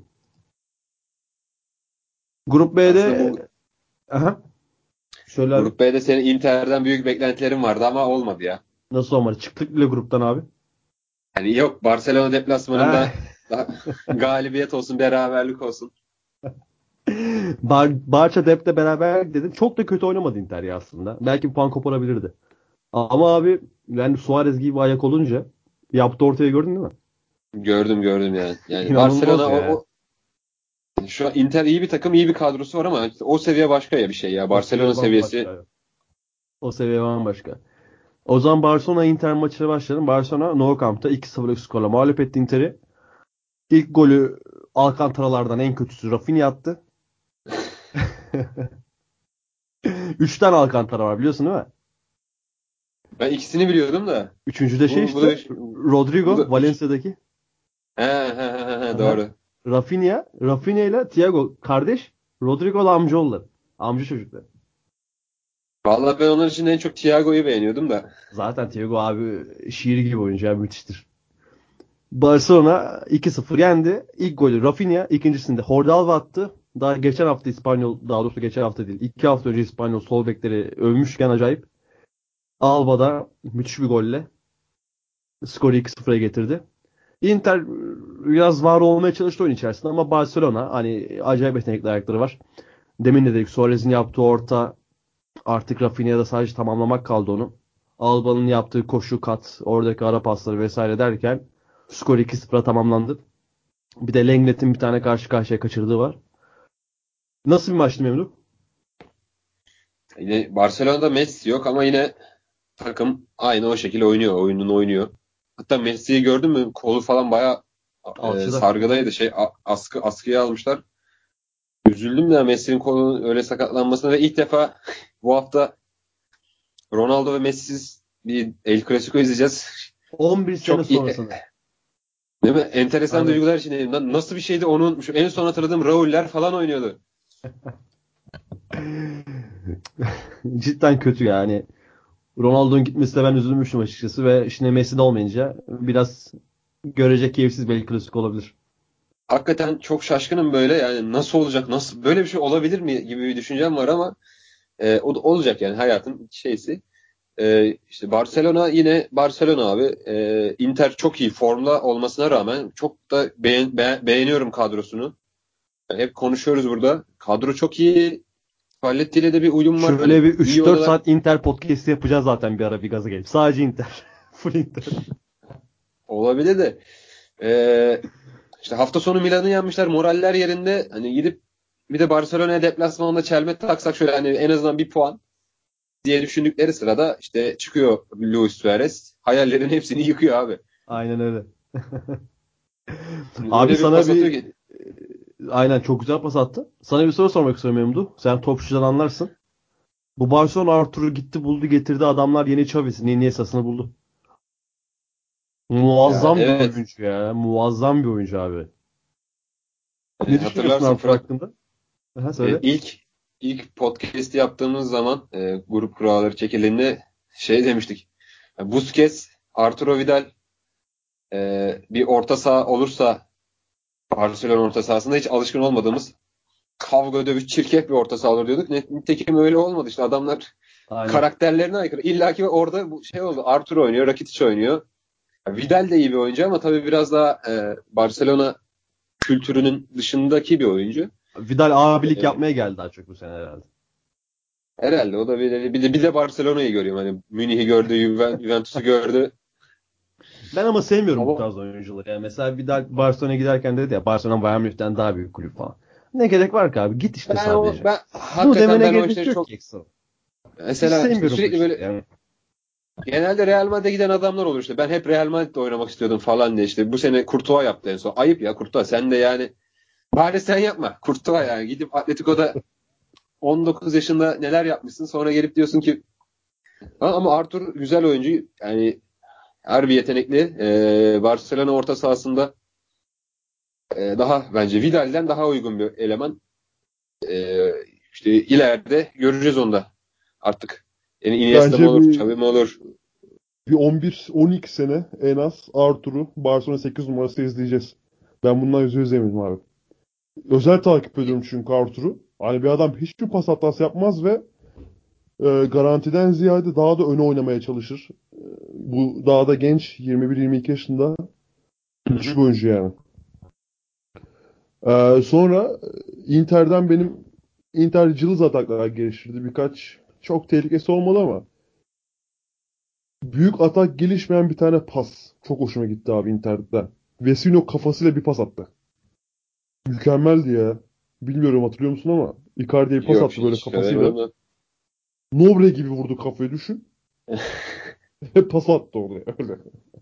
Grup aslında B'de bu aha, söyle abi. Grup B'de senin Inter'den büyük beklentilerin vardı ama olmadı ya. Nasıl olmadı? Çıktık bile gruptan abi. Yani yok, Barcelona Eh. deplasmanında daha galibiyet olsun, beraberlik olsun. Barça Dep'le beraber dedin. Çok da kötü oynamadı Inter ya aslında. Belki bir puan koparabilirdi. Ama abi yani Suarez gibi ayak olunca yaptı ortaya gördün değil mi? Gördüm yani. Yani İnanılmaz Barcelona ya. şu an Inter iyi bir takım, iyi bir kadrosu var ama işte o seviye başka ya bir şey ya. O seviye Barcelona seviyesi. bambaşka. O seviye bambaşka. O zaman Barcelona Inter maçına başlayalım. Barcelona Nou Camp'ta 2-0'lık skorla mağlup etti Inter'i. İlk golü Alcantara'lardan en kötüsü Rafinha attı. 3 tane Alcantara var biliyorsun değil mi? Ben ikisini biliyordum da. Üçüncü de şey Bu da işte bu Rodrigo da üç. Valencia'daki. Doğru. Rafinha ile Thiago kardeş. Rodrigo da amcaoğulları. Amca çocuklar. Vallahi ben onlar için en çok Thiago'yu beğeniyordum da. Zaten Thiago abi şiir gibi oyuncu ya müthiştir. Barcelona 2-0 yendi. İlk golü Rafinha, ikincisinde Hordalva attı. Daha geçen hafta İspanyol, daha doğrusu geçen hafta değil, 2 hafta önce İspanyol sol bekleri övmüşken acayip. Alba da müthiş bir golle skoru 2-0'a getirdi. Inter biraz var olmaya çalıştı oyun içerisinde ama Barcelona hani acayip yetenekli ayakları var. Demin de dedik Suarez'in yaptığı orta artık Rafinha'da sadece tamamlamak kaldı onu. Alba'nın yaptığı koşu kat, oradaki ara pasları vesaire derken skor 2-0'a tamamlandı. Bir de Lenglet'in bir tane karşı karşıya kaçırdığı var. Nasıl bir maçtı Memduh? Yine Barcelona'da Messi yok ama yine takım aynı o şekilde oynuyor. Oyununu oynuyor. Hatta Messi'yi gördün mü? Kolu falan bayağı Alçıda. sargıdaydı. Askıya almışlar. Üzüldüm ya Messi'nin kolunun öyle sakatlanmasına ve ilk defa bu hafta Ronaldo ve Messi'siz bir El Clasico izleyeceğiz. 11 sene Çok iyi. sonrasında. Değil mi? Enteresan Aynen. duygular içindeyim. Lan nasıl bir şeydi onu unutmuşum. En son hatırladığım Raul'ler falan oynuyordu. Cidden kötü yani. Ronaldo'nun gitmesine ben üzülmüştüm açıkçası ve şimdi Messi de olmayınca biraz görecek keyifsiz bir El Clasico olabilir. Hakikaten çok şaşkınım böyle. Yani nasıl olacak? Nasıl böyle bir şey olabilir mi gibi bir düşüncem var ama o da olacak yani hayatın şeysi. İşte Barcelona yine Barcelona abi. Inter çok iyi formda olmasına rağmen çok da beğeniyorum kadrosunu. Yani hep konuşuyoruz burada. Kadro çok iyi. Spalletti ile de bir uyum var. Hani Şöyle bir iyi 3-4 olarak saat Inter podcast'i yapacağız zaten bir ara bir gaza gelip. Sadece Inter. Full Inter. olabilir de işte hafta sonu Milan'ı yenmişler. Moraller yerinde. Hani gidip bir de Barcelona'ya deplasmanda çelme taksak şöyle hani en azından bir puan diye düşündükleri sırada işte çıkıyor Luis Suarez. Hayallerin hepsini yıkıyor abi. Aynen öyle. Hani Abi öyle bir sana pas atıyor bir ki. aynen çok güzel pas attı. Sana bir soru sormak istiyorum Memduh. Sen topçudan anlarsın. Bu Barcelona Artur'u gitti buldu getirdi adamlar yeni Xavi'sini, Iniesta'sını buldu. Ya Muazzam bir evet. oyuncu ya. Muazzam bir oyuncu abi. Hani Ne düşünüyorsun hatırlarsın Artur Fırat hakkında? Aha, söyle. ilk podcast yaptığımız zaman grup kuralları çekildiğinde şey demiştik. Busquets, Arturo Vidal bir orta saha olursa Barcelona orta sahasında hiç alışkın olmadığımız kavga dövüş çirkef bir orta saha olur diyorduk. Nitekim öyle olmadı işte adamlar Aynen. karakterlerine aykırı. İlla ki orada bu şey oldu. Arturo oynuyor, Rakitic oynuyor. Vidal de iyi bir oyuncu ama tabii biraz daha Barcelona kültürünün dışındaki bir oyuncu. Vidal abilik E, yapmaya geldi daha çok bu sene herhalde. herhalde o da bir de Barcelona'yı görüyorum. Hani Münih'i gördü, Juventus'u gördü. Ben ama sevmiyorum bu Ama tarz oyuncuları. Yani mesela Vidal Barcelona'ya giderken dedi ya Barcelona Bayern Münih'ten daha büyük kulüp falan. Ne gerek var ki abi? Git işte sadece. ben Bunu hakikaten demene ben o gerek işleri yok çok ki ekstra. Hiç mesela işte sevmiyorum bu sürekli işleri böyle yani. genelde Real Madrid'e giden adamlar olur işte. Ben hep Real Madrid'de oynamak istiyordum falan diye işte. Bu sene Courtois yaptı en son. Ayıp ya Courtois. Sen de yani bari sen yapma. Courtois yani. Gidip Atletico'da 19 yaşında neler yapmışsın. Sonra gelip diyorsun ki ama Arthur güzel oyuncu. Yani harbi yetenekli. Barcelona orta sahasında daha bence Vidal'den daha uygun bir eleman. Ee, işte ileride göreceğiz onda artık. Yani Iniesta mı Bence olur, Xavi mi olur? bir 11-12 sene en az Artur'u Barcelona 8 numarası izleyeceğiz. Ben bundan %100 eminim abi. Özel takip ediyorum çünkü Artur'u. Hani bir adam hiçbir pas hatası yapmaz ve garantiden ziyade daha da öne oynamaya çalışır. Bu daha da genç 21-22 yaşında Hı müthiş hı. bir oyuncu yani. Sonra Inter'den benim Inter cılız ataklar geliştirdi. Birkaç çok tehlikesi olmadı ama Büyük atak gelişmeyen bir tane pas. Çok hoşuma gitti abi internetten. Vecino kafasıyla bir pas attı. Mükemmeldi ya. Bilmiyorum hatırlıyor musun ama Icardi'ye bir pas Yok attı böyle hiç kafasıyla. göremiyorum da. Nobre gibi vurdu kafayı düşün. Pas attı oraya öyle.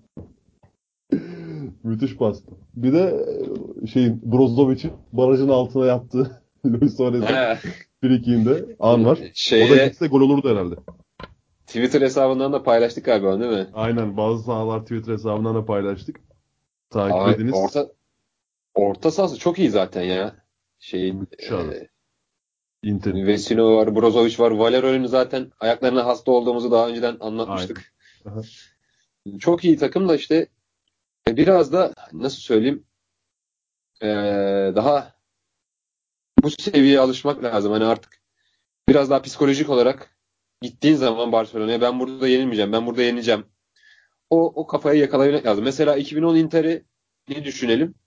Müthiş pastı. Bir de şeyin Brozovic'in barajın altına yaptığı Luis Suarez'in Ha, frikiyinde an onu var. O da şeyde gitse gol olurdu herhalde. Twitter hesabından da paylaştık galiba değil mi? Aynen bazı sahalar Twitter hesabından da paylaştık. Takip Ama ediniz. orta sahası çok iyi zaten ya. Şeyin Müthiş abi. Inter'in. Vesino var, Brozovic var. Valero'nun zaten ayaklarına hasta olduğumuzu daha önceden Aynen. anlatmıştık. Aha. Çok iyi takım da işte biraz da nasıl söyleyeyim e, daha bu seviyeye alışmak lazım. Hani artık biraz daha psikolojik olarak gittiğin zaman Barcelona'ya ben burada yenilmeyeceğim, ben burada yeneceğim. O kafayı yakalayabilmek lazım. Mesela 2010 Inter'i ne düşünelim?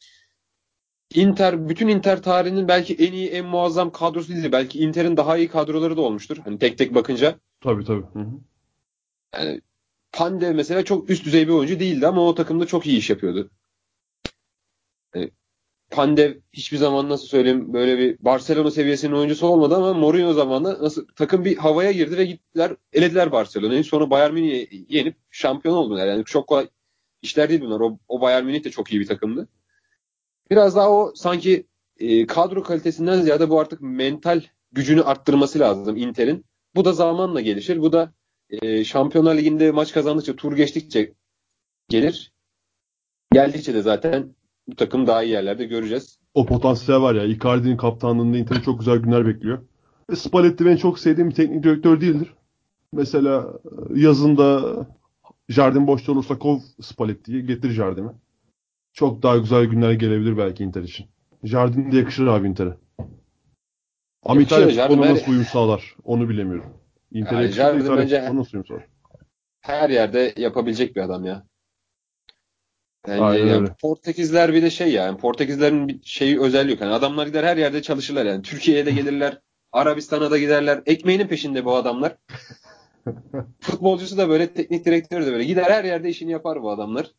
Bütün Inter tarihinin belki en iyi, en muazzam kadrosu değildi. Belki Inter'in daha iyi kadroları da olmuştur. Hani tek tek bakınca. Tabii tabii. Hı hı. Yani Pandev mesela çok üst düzey bir oyuncu değildi ama o takımda çok iyi iş yapıyordu. Yani Pandev hiçbir zaman nasıl söyleyeyim böyle bir Barcelona seviyesinin oyuncusu olmadı ama Mourinho zamanında nasıl takım bir havaya girdi ve gittiler elediler Barcelona'yı. Sonra Bayern Münih'i yenip şampiyon oldular. Yani çok kolay işler değil bunlar. O Bayern Münih de çok iyi bir takımdı. Biraz daha o sanki kadro kalitesinden ziyade bu artık mental gücünü arttırması lazım Inter'in. Bu da zamanla gelişir. Bu da Şampiyonlar Ligi'nde maç kazandıkça, tur geçtikçe gelir. Geldikçe de zaten bu takım daha iyi yerlerde göreceğiz. O potansiyel var ya. Icardi'nin kaptanlığında Inter'i çok güzel günler bekliyor. Spalletti ben çok sevdiğim bir teknik direktör değildir. Mesela yazında Jardim boşta olursa kov Spalletti'yi getir Jardim'i. Çok daha güzel günler gelebilir belki Inter için. Jardim de yakışır abi Inter'e. Ama İtalya Yakışıyor Jardim futboluna nasıl uyum sağlar onu bilemiyorum. Inter'e yani yakışır da Jardim İtalya bence futboluna nasıl uyum sağlar? her yerde yapabilecek bir adam ya. Bence Aynen yani öyle. Portekizler bir de şey yani Portekizlerin bir şeyi özelliği yok. Yani adamlar gider her yerde çalışırlar yani. Türkiye'ye de gelirler, Arabistan'a da giderler. Ekmeğinin peşinde bu adamlar. Futbolcusu da böyle, teknik direktörü de böyle. Gider her yerde işini yapar bu adamlar.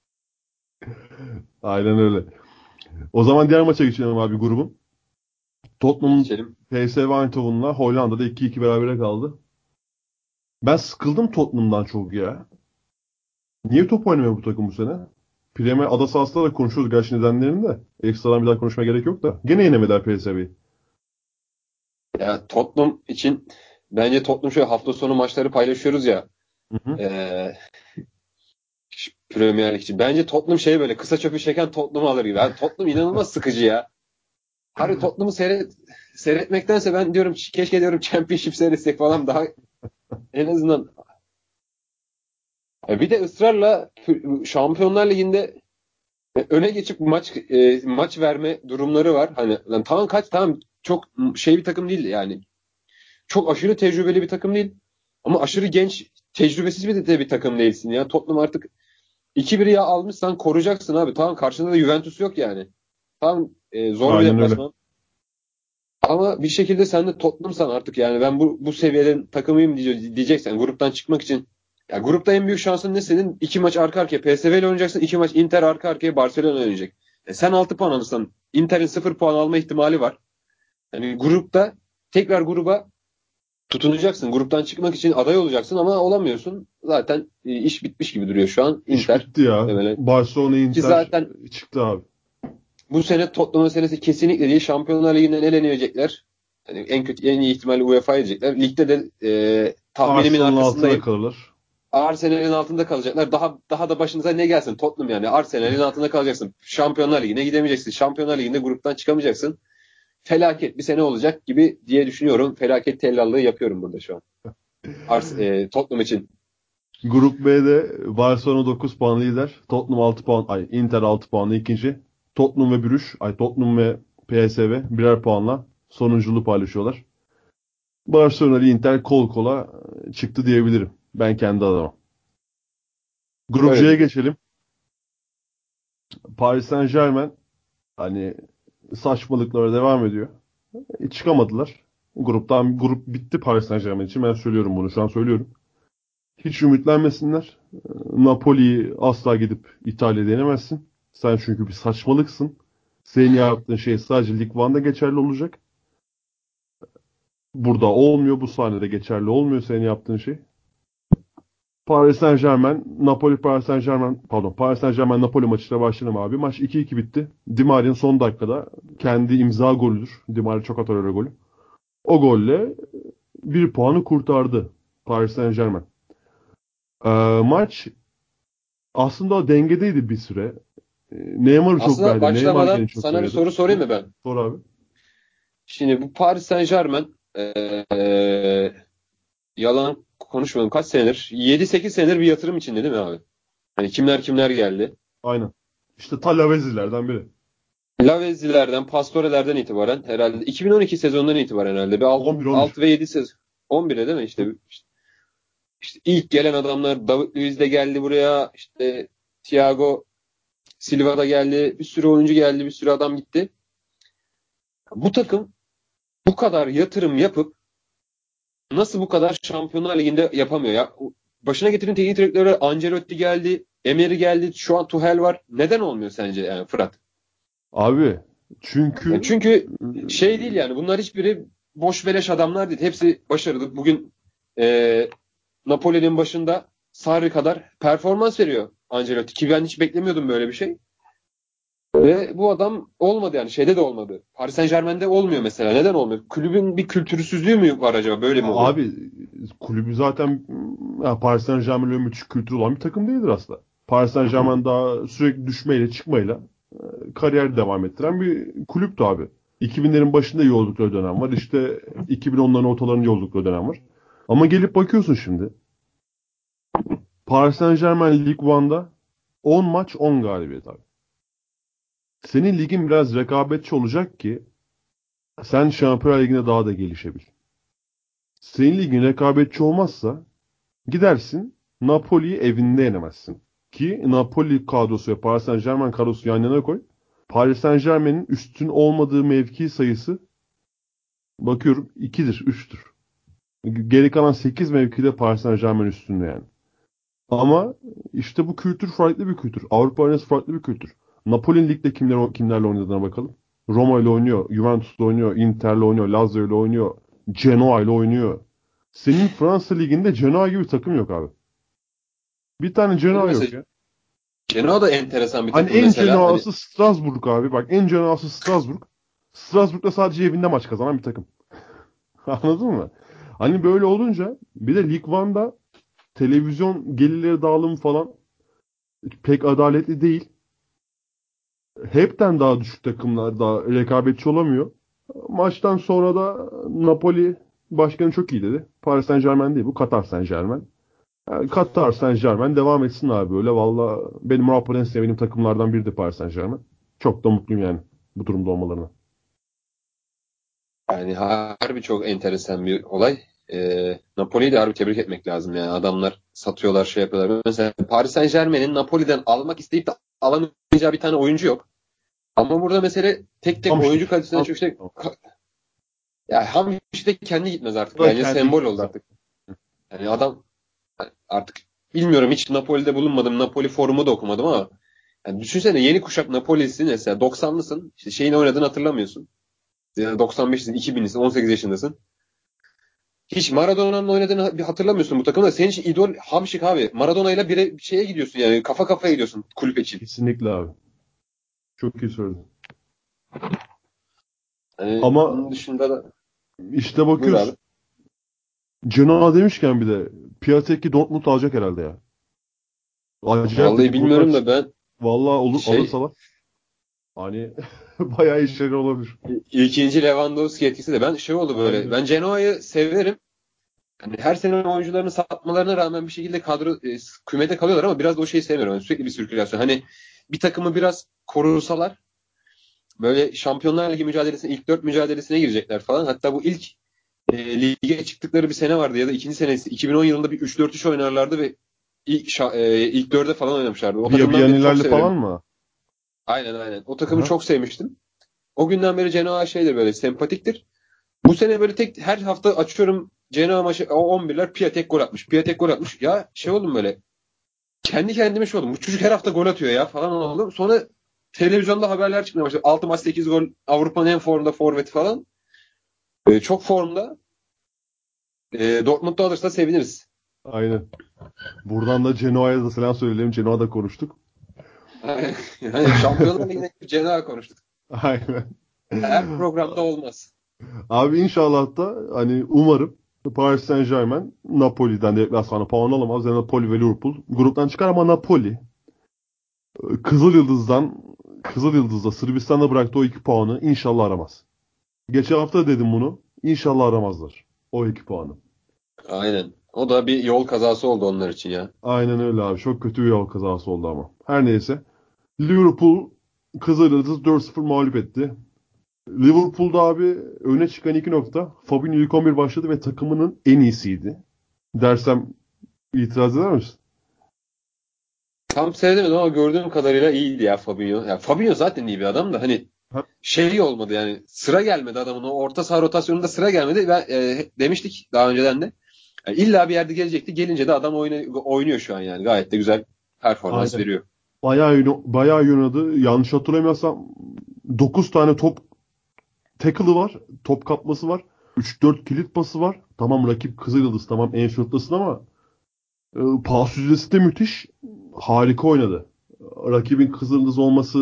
Aynen öyle. O zaman diğer maça geçelim abi grubun. Tottenham Geçelim. PSV Eindhoven'la Hollanda'da 2-2 berabere kaldı. Ben sıkıldım Tottenham'dan çok ya. Niye top oynamıyor bu takım bu sene? Premier ada sahasında da konuşuyoruz gerçi nedenlerini de. Ekstradan bir daha konuşmaya gerek yok da. Gene yenemediler PSV'yi. Ya Tottenham için bence Tottenham şöyle hafta sonu maçları paylaşıyoruz ya. Hı hı. Ee, Premier Lig için. Bence Tottenham şey böyle kısa çöpü çeken Tottenham'ı alır gibi. Yani Tottenham inanılmaz sıkıcı ya. Harbi Tottenham'ı seyretmektense ben diyorum keşke diyorum Championship seyretsek falan daha en azından. Bir de ısrarla Şampiyonlar Ligi'nde öne geçip maç verme durumları var. Hani lan tamam tamam çok şey bir takım değil yani. Çok aşırı tecrübeli bir takım değil. Ama aşırı genç, tecrübesiz bir takım değilsin ya. Tottenham artık 2-1 ya almışsan koruyacaksın abi. Tamam karşında da Juventus yok yani. Tamam zor bir Aynen öyle. deplasman. Ama bir şekilde sen de Tottenham'san artık yani ben bu seviyelerin takımıyım diyeceksen gruptan çıkmak için. Ya grupta en büyük şansın ne senin? 2 maç arka arkaya PSV ile oynayacaksın. 2 maç Inter arka arkaya Barcelona oynayacak. Sen 6 puan alırsan Inter'in 0 puan alma ihtimali var. Yani grupta tekrar gruba tutunacaksın. Gruptan çıkmak için aday olacaksın ama olamıyorsun. Zaten iş bitmiş gibi duruyor şu an. İş Inter bitti ya. muhtemelen. Barcelona Ki Inter zaten çıktı abi. bu sene Tottenham'ın senesi kesinlikle değil. Şampiyonlar Ligi'nden elenecekler. Yani en kötü en iyi ihtimalle UEFA'ya gidecekler. Ligde de tahminimin Arsenal'ın altında arkasındayım. kalırlar. Arsenal'in altında kalacaklar. Daha da başınıza ne gelsin Tottenham yani. Arsenal'in altında kalacaksın. Şampiyonlar Ligi'ne gidemeyeceksin. Şampiyonlar Ligi'nde gruptan çıkamayacaksın. Felaket bir sene olacak gibi diye düşünüyorum. Felaket tellallığı yapıyorum burada şu an. Tottenham için. Grup B'de Barcelona 9 puan lider. Tottenham 6 puan. Inter 6 puanla ikinci. Tottenham ve Tottenham ve PSV birer puanla sonunculuğu paylaşıyorlar. Barcelona ile Inter kol kola çıktı diyebilirim. Ben kendi adıma. Grup Öyle C'ye diyeyim. geçelim. Paris Saint-Germain hani saçmalıklara devam ediyor. Çıkamadılar. Grup bitti Paris Saint-Germain için. Ben söylüyorum bunu. Şu an söylüyorum. Hiç ümitlenmesinler. Napoli'yi asla gidip İtalya'da yenemezsin. Sen çünkü bir saçmalıksın. Senin yaptığın şey sadece Lig 1'da geçerli olacak. Burada olmuyor. Bu sahnede geçerli olmuyor senin yaptığın şey. Paris Saint-Germain, Napoli Paris Saint-Germain, pardon Paris Saint-Germain Napoli maçıyla başlayalım abi. Maç 2-2 bitti. Di Maria'nın son dakikada kendi imza golüdür. Di Maria çok atar öyle golü. O golle bir puanı kurtardı Paris Saint-Germain. Maç aslında dengedeydi bir süre. Neymar'ı çok Aslında beğendim. Neymar başlamadan gene çok sana bir oynadı. soru sorayım mı ben? Sor abi. Şimdi bu Paris Saint-Germain yalan konuşmadım. Kaç senedir? 7-8 senedir bir yatırım içinde değil mi abi? Hani kimler kimler geldi? Aynen. İşte Talavezi'lerden biri. Lavezzi'lerden, Pastore'lerden itibaren herhalde 2012 sezonundan itibaren herhalde bir 11-13. 6 ve 7 sezon. 11'e değil mi? İşte ilk gelen adamlar David Luiz de geldi buraya. İşte Thiago Silva da geldi. Bir sürü oyuncu geldi. Bir sürü adam gitti. Bu takım bu kadar yatırım yapıp nasıl bu kadar Şampiyonlar Ligi'nde yapamıyor ya? Başına getirin teknik direktörü Ancelotti geldi. Emery geldi. Şu an Tuchel var. Neden olmuyor sence yani Fırat? Abi Yani çünkü çünkü şey değil yani bunlar hiçbiri boş beleş adamlar değil. Hepsi başarılı. Bugün Napoli'nin başında Sarri kadar performans veriyor Ancelotti. Ki ben hiç beklemiyordum böyle bir şey. Ve bu adam olmadı yani. Şeyde de olmadı. Paris Saint-Germain'de olmuyor mesela. Neden olmuyor? Kulübün bir kültürsüzlüğü mü var acaba? Böyle mi oluyor? abi kulübü zaten ya Paris Saint-Germain öyle müthiş kültürü olan bir takım değildir aslında. Paris Saint-Germain daha sürekli düşmeyle çıkmayla kariyer devam ettiren bir kulüptü abi. 2000'lerin başında iyi oldukları dönem var. İşte 2010'ların ortalarında iyi oldukları dönem var. Ama gelip bakıyorsun şimdi. Paris Saint-Germain Lig 1'da 10 maç 10 galibiyet abi. Senin ligin biraz rekabetçi olacak ki sen Şampiyonlar Ligi'nde daha da gelişebil. Senin ligin rekabetçi olmazsa gidersin Napoli'yi evinde yenemezsin. Ki Napoli kadrosu ve Paris Saint-Germain kadrosu yan yana koy. Paris Saint-Germain'in üstün olmadığı mevki sayısı bakıyorum 2'dir, 3'tür. Geri kalan 8 mevkide Paris Saint-Germain üstünde yani. Ama işte bu kültür farklı bir kültür. Avrupa arenası farklı bir kültür. Napoli'nin ligde kimlerle oynadığına bakalım. Roma ile oynuyor, Juventus'la oynuyor, Inter'le oynuyor, Lazio ile oynuyor, Genoa ile oynuyor. Senin Fransa liginde Genoa gibi takım yok abi. Bir tane Benim Genoa yok mesela ya. Genoa da enteresan bir Hani takım en mesela. Hani Genoa'sı Strasbourg abi. Bak en Genoa'sı Strasbourg. Strasbourg'da sadece evinde maç kazanan bir takım. Anladın mı? Hani böyle olunca bir de Lig 1'da televizyon gelirleri dağılımı falan pek adaletli değil. Hepten daha düşük takımlar daha rekabetçi olamıyor. Maçtan sonra da Napoli başkanı çok iyi dedi. Paris Saint-Germain değil bu. Katar Saint-Germain. Yani Katar Saint-Germain devam etsin abi böyle. Valla benim Avrupa'da en sevdiğim takımlardan biri de Paris Saint-Germain. Çok da mutluyum yani bu durumda olmalarına. yani harbi çok enteresan bir olay. Napoli'yi de harbi tebrik etmek lazım yani. Adamlar satıyorlar, şey yapıyorlar. Mesela Paris Saint-Germain'in Napoli'den almak isteyip de alamayacağı bir tane oyuncu yok. Ama burada mesele tek tek oyuncu Hamşik. kalitesinden çok işte ya Hamşik de kendi gitmez Bu artık. da Bence kendi sembol gitmez oldu abi. artık. Yani adam artık bilmiyorum hiç Napoli'de bulunmadım. Napoli forumu da okumadım ama yani düşünsene yeni kuşak Napoli'sin mesela 90'lısın. İşte şeyin oynadığını hatırlamıyorsun. Yani 95'lisin, 2000'lisin, 18 yaşındasın. Hiç Maradona'nın oynadığını bir hatırlamıyorsun bu takımda. Senin için idol Hamşik abi. Maradona'yla bir şeye gidiyorsun yani kafa kafaya gidiyorsun kulüp için. Kesinlikle abi. Çok iyi söyledin. Yani Ama bunun dışında da işte buyur abi. bakıyorsun. Genoa demişken bir de Piatek'i Dortmund alacak herhalde ya. Acayip Vallahi dedikodular bilmiyorum da çıktı. ben Vallahi olur şey alırsalar. Hani bayağı işleri olabilir. ikinci Lewandowski etkisi de ben şey oldu böyle. Aynen. Ben Genoa'yı severim. Yani her sene oyuncularını satmalarına rağmen bir şekilde kadro kümede kalıyorlar ama biraz da o şeyi sevmiyorum. Yani sürekli bir sirkülasyon. Hani bir takımı biraz korusalar böyle Şampiyonlar Ligi mücadelesine ilk 4 mücadelesine girecekler falan. Hatta bu ilk lige çıktıkları bir sene vardı ya da ikinci senesi 2010 yılında bir 3-4-3 oynarlardı ve ilk 4'e falan oynamışlardı. O takımdan beri çok Vianney'lerle severim. falan mı? Aynen. O takımı Aha. çok sevmiştim. O günden beri Genoa şeydir böyle sempatiktir. Bu sene böyle tek her hafta açıyorum Genoa maçı o 11'ler Piatek gol atmış. Piatek gol atmış. Ya şey oldum böyle. Kendi kendime şey oldum. Bu çocuk her hafta gol atıyor ya falan oldum. Sonra televizyonda haberler çıkmaya başladı. 6 maç 8 gol. Avrupa'nın en formda forveti falan. Çok formda. Dortmund'da alırsa seviniriz. Aynen. Buradan da Genoa'ya da selam söyleyelim. Genoa'da konuştuk. Yani Şampiyonlar Ligi'ne Genoa konuştuk. Aynen. Her programda olmaz. Abi inşallah da hani umarım Paris Saint-Germain Napoli'den deplasmanda puan alamaz. Yani Napoli ve Liverpool gruptan çıkar ama Napoli Kızıl Yıldız'da Sırbistan'da bıraktı o 2 puanı inşallah aramaz. Geçen hafta dedim bunu. İnşallah aramazlar. O 2 puanı. Aynen. O da bir yol kazası oldu onlar için ya. Aynen öyle abi. Çok kötü bir yol kazası oldu ama. Her neyse. Liverpool Kızıl Yıldız 4-0 mağlup etti. Liverpool'da abi öne çıkan 2 nokta. Fabinho ilk 11 başladı ve takımının en iyisiydi. Dersem itiraz eder misin? Tam seyredemedim ama gördüğüm kadarıyla iyiydi ya Fabinho. Ya Fabinho zaten iyi bir adam da hani Ha? şey olmadı yani sıra gelmedi adamın o orta saha rotasyonunda sıra gelmedi. Ben demiştik daha önceden de. Yani illa bir yerde gelecekti. Gelince de adam oynuyor şu an yani. Gayet de güzel performans Aynen. veriyor. Bayağı iyi oynadı. Yanlış hatırlamıyorsam 9 tane top tackle'ı var. Top kapması var. 3-4 kilit pası var. Tamam rakip Kızılyıldız. Tamam en şortlasın ama pas yüzdesi de müthiş. Harika oynadı. Rakibin Kızılyıldız olması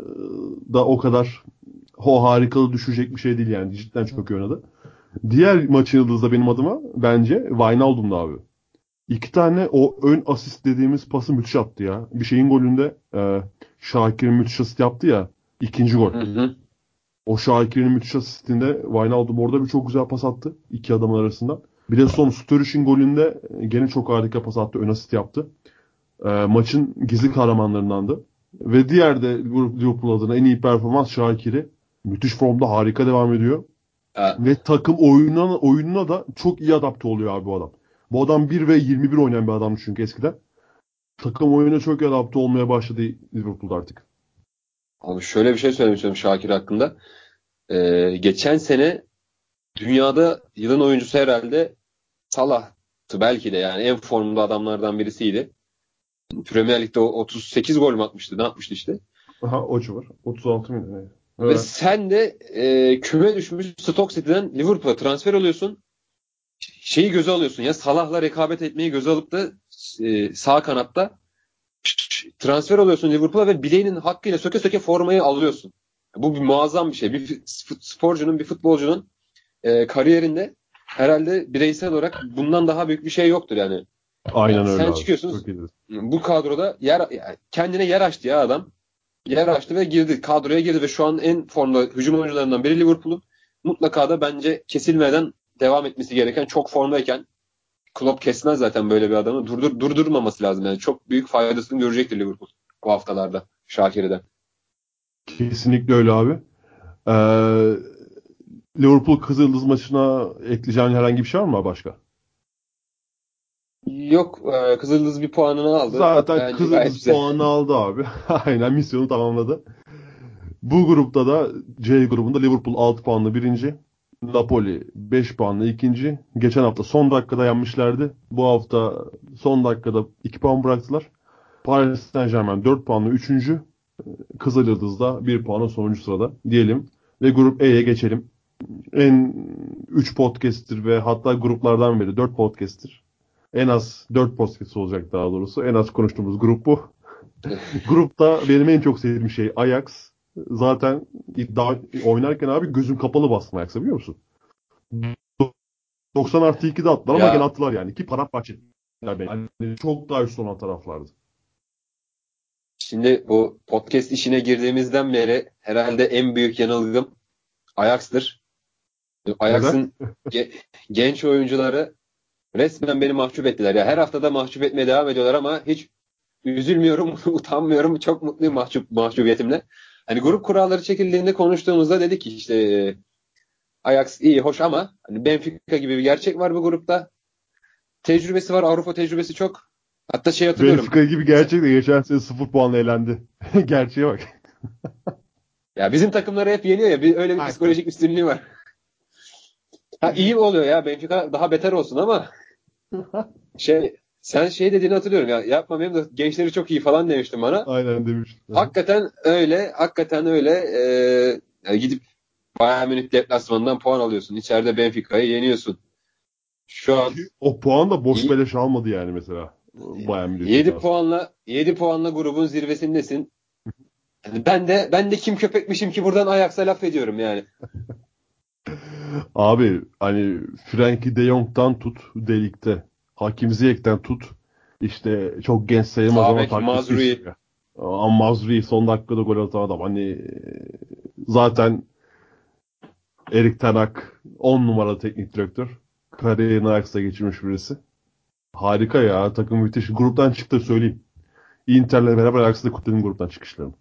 da o kadar harikalı düşecek bir şey değil yani. Cidden çok iyi oynadı. Diğer maçın yıldızı da benim adıma bence Wijnaldum'du abi. 2 tane o ön asist dediğimiz pası müthiş attı ya. Bir şeyin golünde Şakir'in müthiş asist yaptı ya. İkinci gol. Hı hı. O Şakir'in müthiş asistinde Wijnaldum orada bir çok güzel pas attı. 2 adamın arasında. Bir de son Sturridge'in golünde gene çok harika pas attı. Ön asist yaptı. Maçın gizli kahramanlarındandı. Ve diğer de Liverpool adına en iyi performans Şakir'i. Müthiş formda harika devam ediyor. Ha, Ve takım oyununa da çok iyi adapte oluyor abi bu adam. Bu adam 1 ve 21 oynayan bir adamdı çünkü eskiden. Takım oyununa çok iyi adapte olmaya başladı Liverpool artık. abi şöyle bir şey söylemek istiyorum Şakir hakkında. Geçen sene dünyada yılın oyuncusu herhalde Salah'tı belki de yani en formda adamlardan birisiydi. Premier Lig'de 38 gol mü atmıştı? Ne yapmıştı işte? Aha o civar. 36 mıydı? Ne? Ve Evet. sen de küme düşmüş Stoke City'den Liverpool'a transfer oluyorsun. Şeyi göze alıyorsun ya Salah'la rekabet etmeyi göze alıp da sağ kanatta transfer oluyorsun Liverpool'a ve bileğinin hakkıyla söke söke formayı alıyorsun. Bu bir muazzam bir şey. Bir sporcunun, bir futbolcunun kariyerinde herhalde bireysel olarak bundan daha büyük bir şey yoktur yani. Aynen Yani öyle sen abi. çıkıyorsun Çok iyidir. bu kadroda yani kendine yer açtı ya adam. Yer açtı ve girdi. Kadroya girdi ve şu an en formda hücum oyuncularından biri Liverpool'un. Mutlaka da bence kesilmeden devam etmesi gereken çok formdayken Klopp kesmez zaten böyle bir adamı. Durdurmaması lazım yani. Çok büyük faydasını görecektir Liverpool bu haftalarda Şakir'den. Kesinlikle öyle abi. Ee, Liverpool Kızıldız maçına ekleyeceğin herhangi bir şey var mı başka? Yok Kızıldız bir puanını aldı. Zaten Bence gayet Kızıldız güzel. puanını aldı abi. Aynen misyonu tamamladı. Bu grupta da C grubunda Liverpool 6 puanla birinci. Napoli 5 puanla ikinci. Geçen hafta son dakikada yenmişlerdi. Bu hafta son dakikada 2 puan bıraktılar. Paris Saint-Germain 4 puanla üçüncü. Kızılyıldız da 1 puanla sonuncu sırada diyelim. Ve grup E'ye geçelim. En 3 podcast'tir ve hatta gruplardan biri 4 podcast'tir. En az 4 podcast olacak daha doğrusu. En az konuştuğumuz grup bu. Grupta benim en çok sevdiğim şey Ajax. Zaten iddia oynarken abi gözüm kapalı bastım Ajax'a biliyor musun? 90+2'de attılar ama gene Ya attılar yani. Ki paramparça ettiler beni. Yani çok daha üstün olan taraflardı. şimdi bu podcast işine girdiğimizden beri herhalde en büyük yanılgım Ajax'tır. Neden? Ajax'ın genç oyuncuları resmen beni mahcup ettiler. Ya her hafta da mahcup etmeye devam ediyorlar ama hiç üzülmüyorum, utanmıyorum. Çok mutluyum mahcubiyetimle. Hani grup kuralları çekildiğinde konuştuğumuzda dedik ki işte Ajax iyi, hoş ama hani Benfica gibi bir gerçek var bu grupta. Tecrübesi var, Avrupa tecrübesi çok. Hatta şey hatırlıyorum. Benfica gibi gerçek de geçen sene 0 puanla elendi. Gerçeğe bak. Ya bizim takımları hep yeniyor ya. Öyle bir Aynen. psikolojik üstünlüğü var. Ha, iyi oluyor ya. Benfica daha beter olsun ama sen dediğini hatırlıyorum ya. Yapma, benim de gençleri çok iyi falan demiştin bana. Aynen demiştim. Hakikaten öyle. Hakikaten öyle. Yani gidip Bayern Münih deplasmanından puan alıyorsun. İçeride Benfica'yı yeniyorsun. Şu an O puan da boş iyi, beleş almadı yani mesela. Bayern Münih 7 puanla grubun zirvesindesin. Yani ben de kim köpekmişim ki buradan Ajax'a laf ediyorum yani. Abi hani Frenkie de Jong'dan tut Delik'te. Hakim Ziyech'ten tut. İşte çok genç sayılmaz ama Sabek, taktik Mazrui. geçiriyor. Ama Mazri son dakikada gol atan adam. Hani zaten Erik ten Hag 10 numaralı teknik direktör. Kariyerini Ajax'ta geçirmiş birisi. Harika ya. Takım müthiş. Gruptan çıktı söyleyeyim. Inter'le beraber Ajax'ta kutladım gruptan çıkışlarını.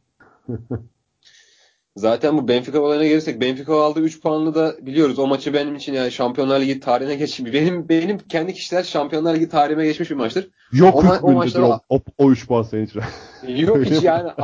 Zaten bu Benfica olayına gelirsek, Benfica aldığı 3 puanlı da biliyoruz. O maçı benim için yani Şampiyonlar Ligi tarihine geçmiş. Benim kendi kişisel Şampiyonlar Ligi tarihime geçmiş bir maçtır. Yok O hükmündedir maçta da o 3 puan senin için. yok Öyle hiç mi? yani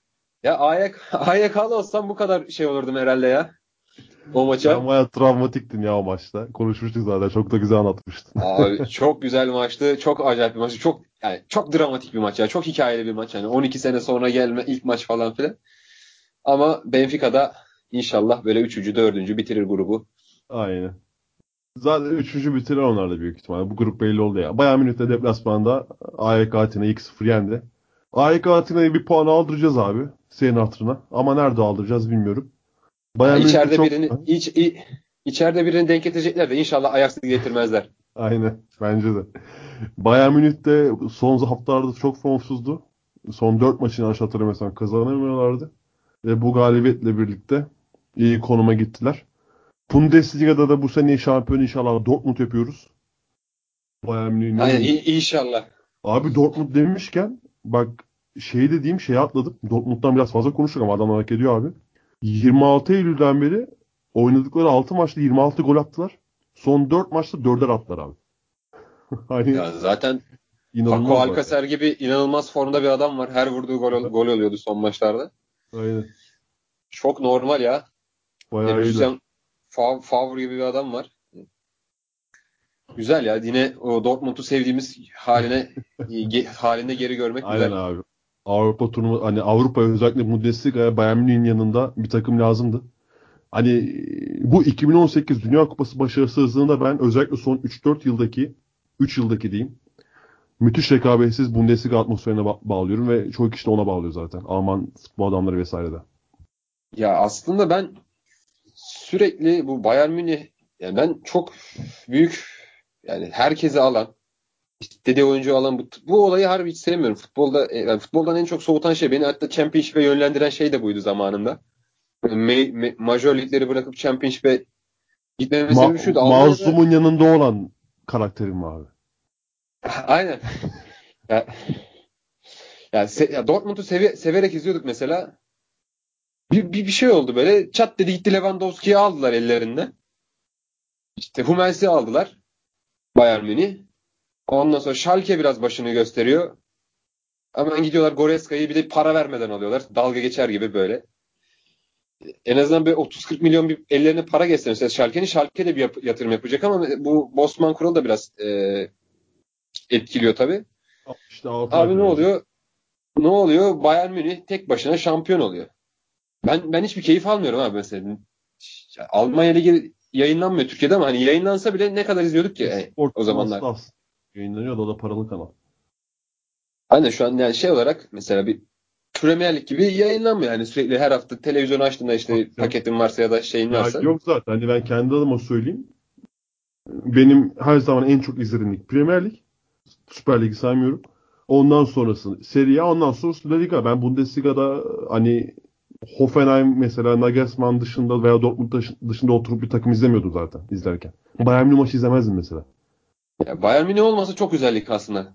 AYK'lı olsam bu kadar şey olurdum herhalde ya. O Sen maça. bayağı travmatiktin ya o maçta. Konuşmuştuk zaten. Çok da güzel anlatmıştın. Abi çok güzel maçtı. Çok acayip bir maçtı. Çok dramatik bir maç ya. Çok hikayeli bir maç. Yani 12 sene sonra gelme ilk maç falan filan. Ama Benfica'da inşallah böyle 3. 4. bitirir grubu. Aynen. Zaten üçüncü bitirir onlar da büyük ihtimalle. Bu grup belli oldu ya. Bayern Münih de deplasmanda AEK Atina'yı 2-0 yendi. AEK Atina'yı bir puan aldıracağız abi. Senin hatırına. Ama nerede aldıracağız bilmiyorum. Ya Bayern Münih de çok... içeride birini denk getirecekler de inşallah Ajax'ı getirmezler. Aynen. Bence de. Bayern Münih de son haftalarda çok formsuzdu. Son 4 maçını yanlış hatırlamıyorsam kazanamıyorlardı. Ve bu galibiyetle birlikte iyi konuma gittiler. Bundesliga'da da bu sene şampiyon inşallah Dortmund yapıyoruz. Bayern Münih'in Aynen, önünde. inşallah. Abi Dortmund demişken bak şey dediğim şeyi atladım. Dortmund'dan biraz fazla konuştuk ama adamlar hak ediyor abi. 26 Eylül'den beri oynadıkları 6 maçta 26 gol attılar. Son 4 maçta 4'er attılar abi. Hani Ya zaten Paco inanılmazlar ya. Alcacer gibi inanılmaz formda bir adam var. Her vurduğu gol oluyordu son maçlarda. Aynen. Çok normal ya. Bir de Bayağı iyiler. Lucien Favre gibi bir adam var. Güzel ya. Yine o Dortmund'u sevdiğimiz halinde geri görmek Aynen güzel. abi. Avrupa turnuva hani Avrupa özellikle Bundesliga'ya Bayern Münih'in yanında bir takım lazımdı. Hani bu 2018 Dünya Kupası başarısızlığında ben özellikle son 3-4 yıldaki 3 yıldaki diyeyim müthiş rekabetsiz Bundesliga atmosferine bağlıyorum ve çoğu kişi de ona bağlıyor zaten. Alman futbol adamları vesaire de. Ya aslında ben sürekli bu Bayern Münih, yani ben çok büyük, yani herkese alan, istediği oyuncu alan bu olayı harbi hiç sevmiyorum. Yani futboldan en çok soğutan şey, beni hatta Championship'e yönlendiren şey de buydu zamanında. Major ligleri bırakıp Championship'e gitmemin sebebi şuydu. Almanya'da Mazlum'un yanında olan karakterim abi. aynen. Ya, ya Dortmund'u severek izliyorduk mesela. Bir şey oldu böyle. Çat dedi gitti, Lewandowski'yi aldılar ellerinden. İşte Hummels'i aldılar Bayern Münih. Ondan sonra Schalke biraz başını gösteriyor. Hemen gidiyorlar Goreska'yı bir de para vermeden alıyorlar. Dalga geçer gibi böyle. En azından bir 30-40 milyon bir ellerine para geçse mesela Schalke de bir yatırım yapacak ama bu Bosman kuralı da biraz etkiliyor tabii. İşte 6 ay Abi ne boyunca. oluyor? Ne oluyor? Bayern Münih tek başına şampiyon oluyor. Ben hiçbir keyif almıyorum abi mesela. Almanya Ligi yayınlanmıyor Türkiye'de ama hani yayınlansa bile ne kadar izliyorduk ki Spor o zamanlar. Plus yayınlanıyor da o da paralı kanal. Aynen, şu an yani şey olarak mesela bir Premier Lig gibi yayınlanmıyor. Yani sürekli her hafta televizyon açtığında işte Yok. paketin varsa ya da şeyin Ya varsa. yok zaten. Hani ben kendi adıma söyleyeyim. Benim her zaman en çok izlediğim lig Premier Lig. Süper Lig'i saymıyorum. Ondan sonrası Serie A, ondan sonrası La Liga. Ben Bundesliga'da hani Hoffenheim mesela Nagelsmann dışında veya Dortmund dışında oturup bir takım izlemiyordum zaten izlerken. Bayern Münih maçı izlemezdim mesela. Ya Bayern Münih olmasa çok güzellik aslında.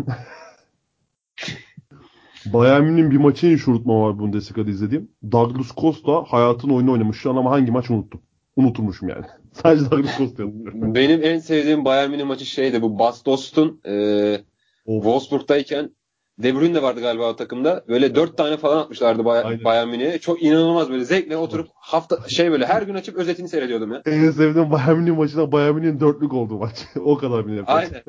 Bayern Münih'in bir maçı hiç unutmam var Bundesliga'da izlediğim. Douglas Costa hayatın oyunu oynamış şu an ama hangi maç unuttum. Unutulmuşum yani. Sadece Douglas Costa'yı hatırlıyorum. Benim en sevdiğim Bayern Münih maçı şeydi, bu Bas Dost'un Of. Wolfsburg'dayken De Bruyne de vardı galiba o takımda. Böyle 4 tane falan atmışlardı Aynen. Bayern Münih'e. Çok inanılmaz böyle zevkle oturup hafta böyle her gün açıp özetini seyrediyordum ya. En sevdiğim Bayern Münih maçına Bayern Münih'in 4'lük olduğu maç. O kadar bir nefret. Aynen.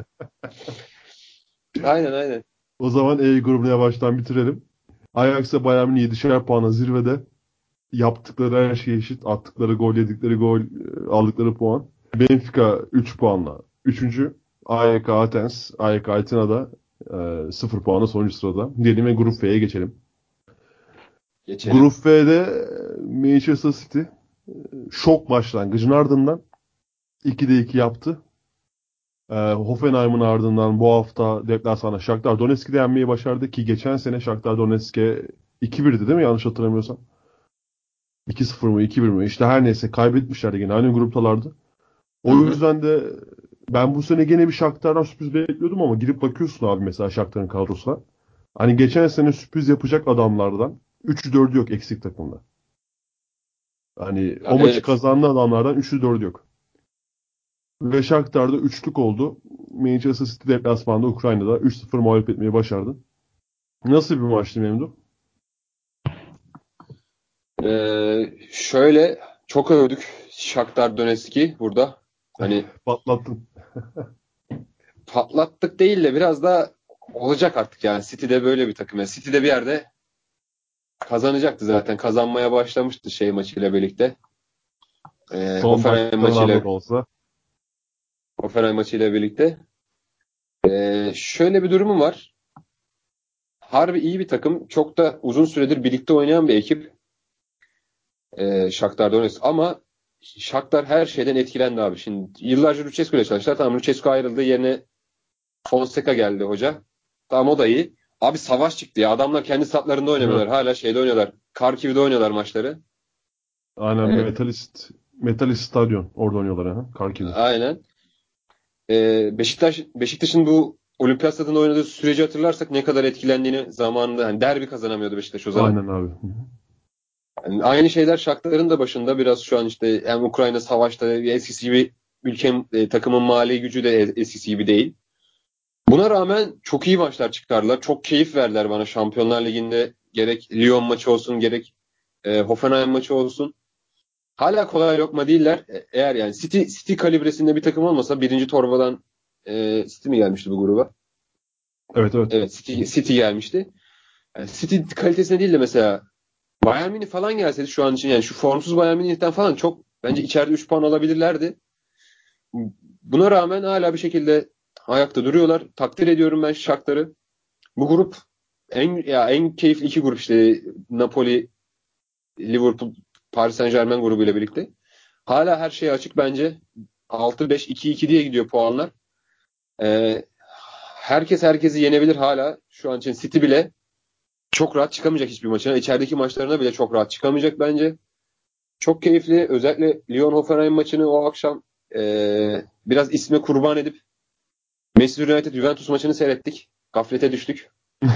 Aynen. O zaman E grubunu yavaştan bitirelim. Ajax'la Bayern Münih 7'şer puanla zirvede. Yaptıkları her şey eşit. Attıkları gol, yedikleri gol, aldıkları puan. Benfica 3 puanla 3. AEK Athens, AEK Atina'da 0 puanla sonuncu sırada. Diyelim ve Grup F'ye geçelim. Geçelim. Grup F'de Manchester City şok başlangıcın ardından 2'de 2 yaptı. Hoffenheim'ın ardından bu hafta deplasmanda Shakhtar Donetsk'i de yenmeyi başardı ki geçen sene Shakhtar Donetsk'e 2-1'di değil mi? Yanlış hatırlamıyorsam. 2-0 mı 2-1 mi? İşte her neyse kaybetmişlerdi yine aynı gruptalardı. O yüzden de ben bu sene gene bir Shakhtar'dan sürpriz bekliyordum ama girip bakıyorsun abi mesela Shakhtar'ın kadrosuna. Hani geçen sene sürpriz yapacak adamlardan 3'ü 4'ü yok eksik takımda. Hani o maçı Evet. kazanan adamlardan 3'ü 4'ü yok. Ve Shakhtar'da üçlük oldu. Manchester City deplasmanda Ukrayna'da 3-0 mağlup etmeyi başardı. Nasıl bir maçtı Memduh? Şöyle çok övdük Shakhtar Donetsk'i burada. Hani Patlattın. patlattık değil de biraz da olacak artık yani. City'de böyle bir takım. Yani City'de bir yerde kazanacaktı zaten. Kazanmaya başlamıştı şey maçıyla birlikte. Son dakikalarda da olsa. Hoffenheim maçıyla birlikte. Şöyle bir durumu var. Harbi iyi bir takım. Çok da uzun süredir birlikte oynayan bir ekip. Shakhtar Donetsk. Ama Shakhtar her şeyden etkilendi abi. Şimdi yıllarca Lucescu ile çalıştılar. Tamam Lucescu ayrıldı. Yerine Fonseca geldi hoca. Tamam o da iyi. Abi savaş çıktı ya. Adamlar kendi statlarında oynamıyorlar. Evet. Hala şeyde oynuyorlar. Kharkiv'de oynuyorlar maçları. Aynen Ee, Metalist Stadyon. Orada oynuyorlar. Ha. Kharkiv'de. aynen. Beşiktaş'ın bu Olimpiyat Stadı'nda oynadığı süreci hatırlarsak ne kadar etkilendiğini zamanında hani derbi kazanamıyordu Beşiktaş o zaman. Aynen abi. Yani aynı şeyler Shakhtar'ın da başında biraz şu an işte hem Ukrayna savaşta eskisi gibi takımın mali gücü de eskisi gibi değil. Buna rağmen çok iyi maçlar çıkardılar. Çok keyif verdiler bana Şampiyonlar Ligi'nde gerek Lyon maçı olsun gerek Hoffenheim maçı olsun. Hala kolay lokma değiller. Eğer yani City kalibresinde bir takım olmasa birinci torbadan City mi gelmişti bu gruba? Evet evet. Evet City gelmişti. Yani City kalitesine değil de mesela Bayern Münih falan gelseydi şu an için yani şu formsuz Bayern Münih'ten falan çok bence içeride 3 puan alabilirlerdi. Buna rağmen hala bir şekilde ayakta duruyorlar. Takdir ediyorum ben Shakhtar'ı. Bu grup en keyifli iki grup işte Napoli, Liverpool, Paris Saint-Germain grubuyla birlikte. Hala her şey açık bence. 6-5-2-2 diye gidiyor puanlar. Ee, herkes herkesi yenebilir hala. Şu an için City bile çok rahat çıkamayacak hiçbir maçına. İçerideki maçlarına bile çok rahat çıkamayacak bence. Çok keyifli. Özellikle Lyon-Hoffenheim maçını o akşam biraz isme kurban edip Manchester United-Juventus maçını seyrettik. Gaflete düştük.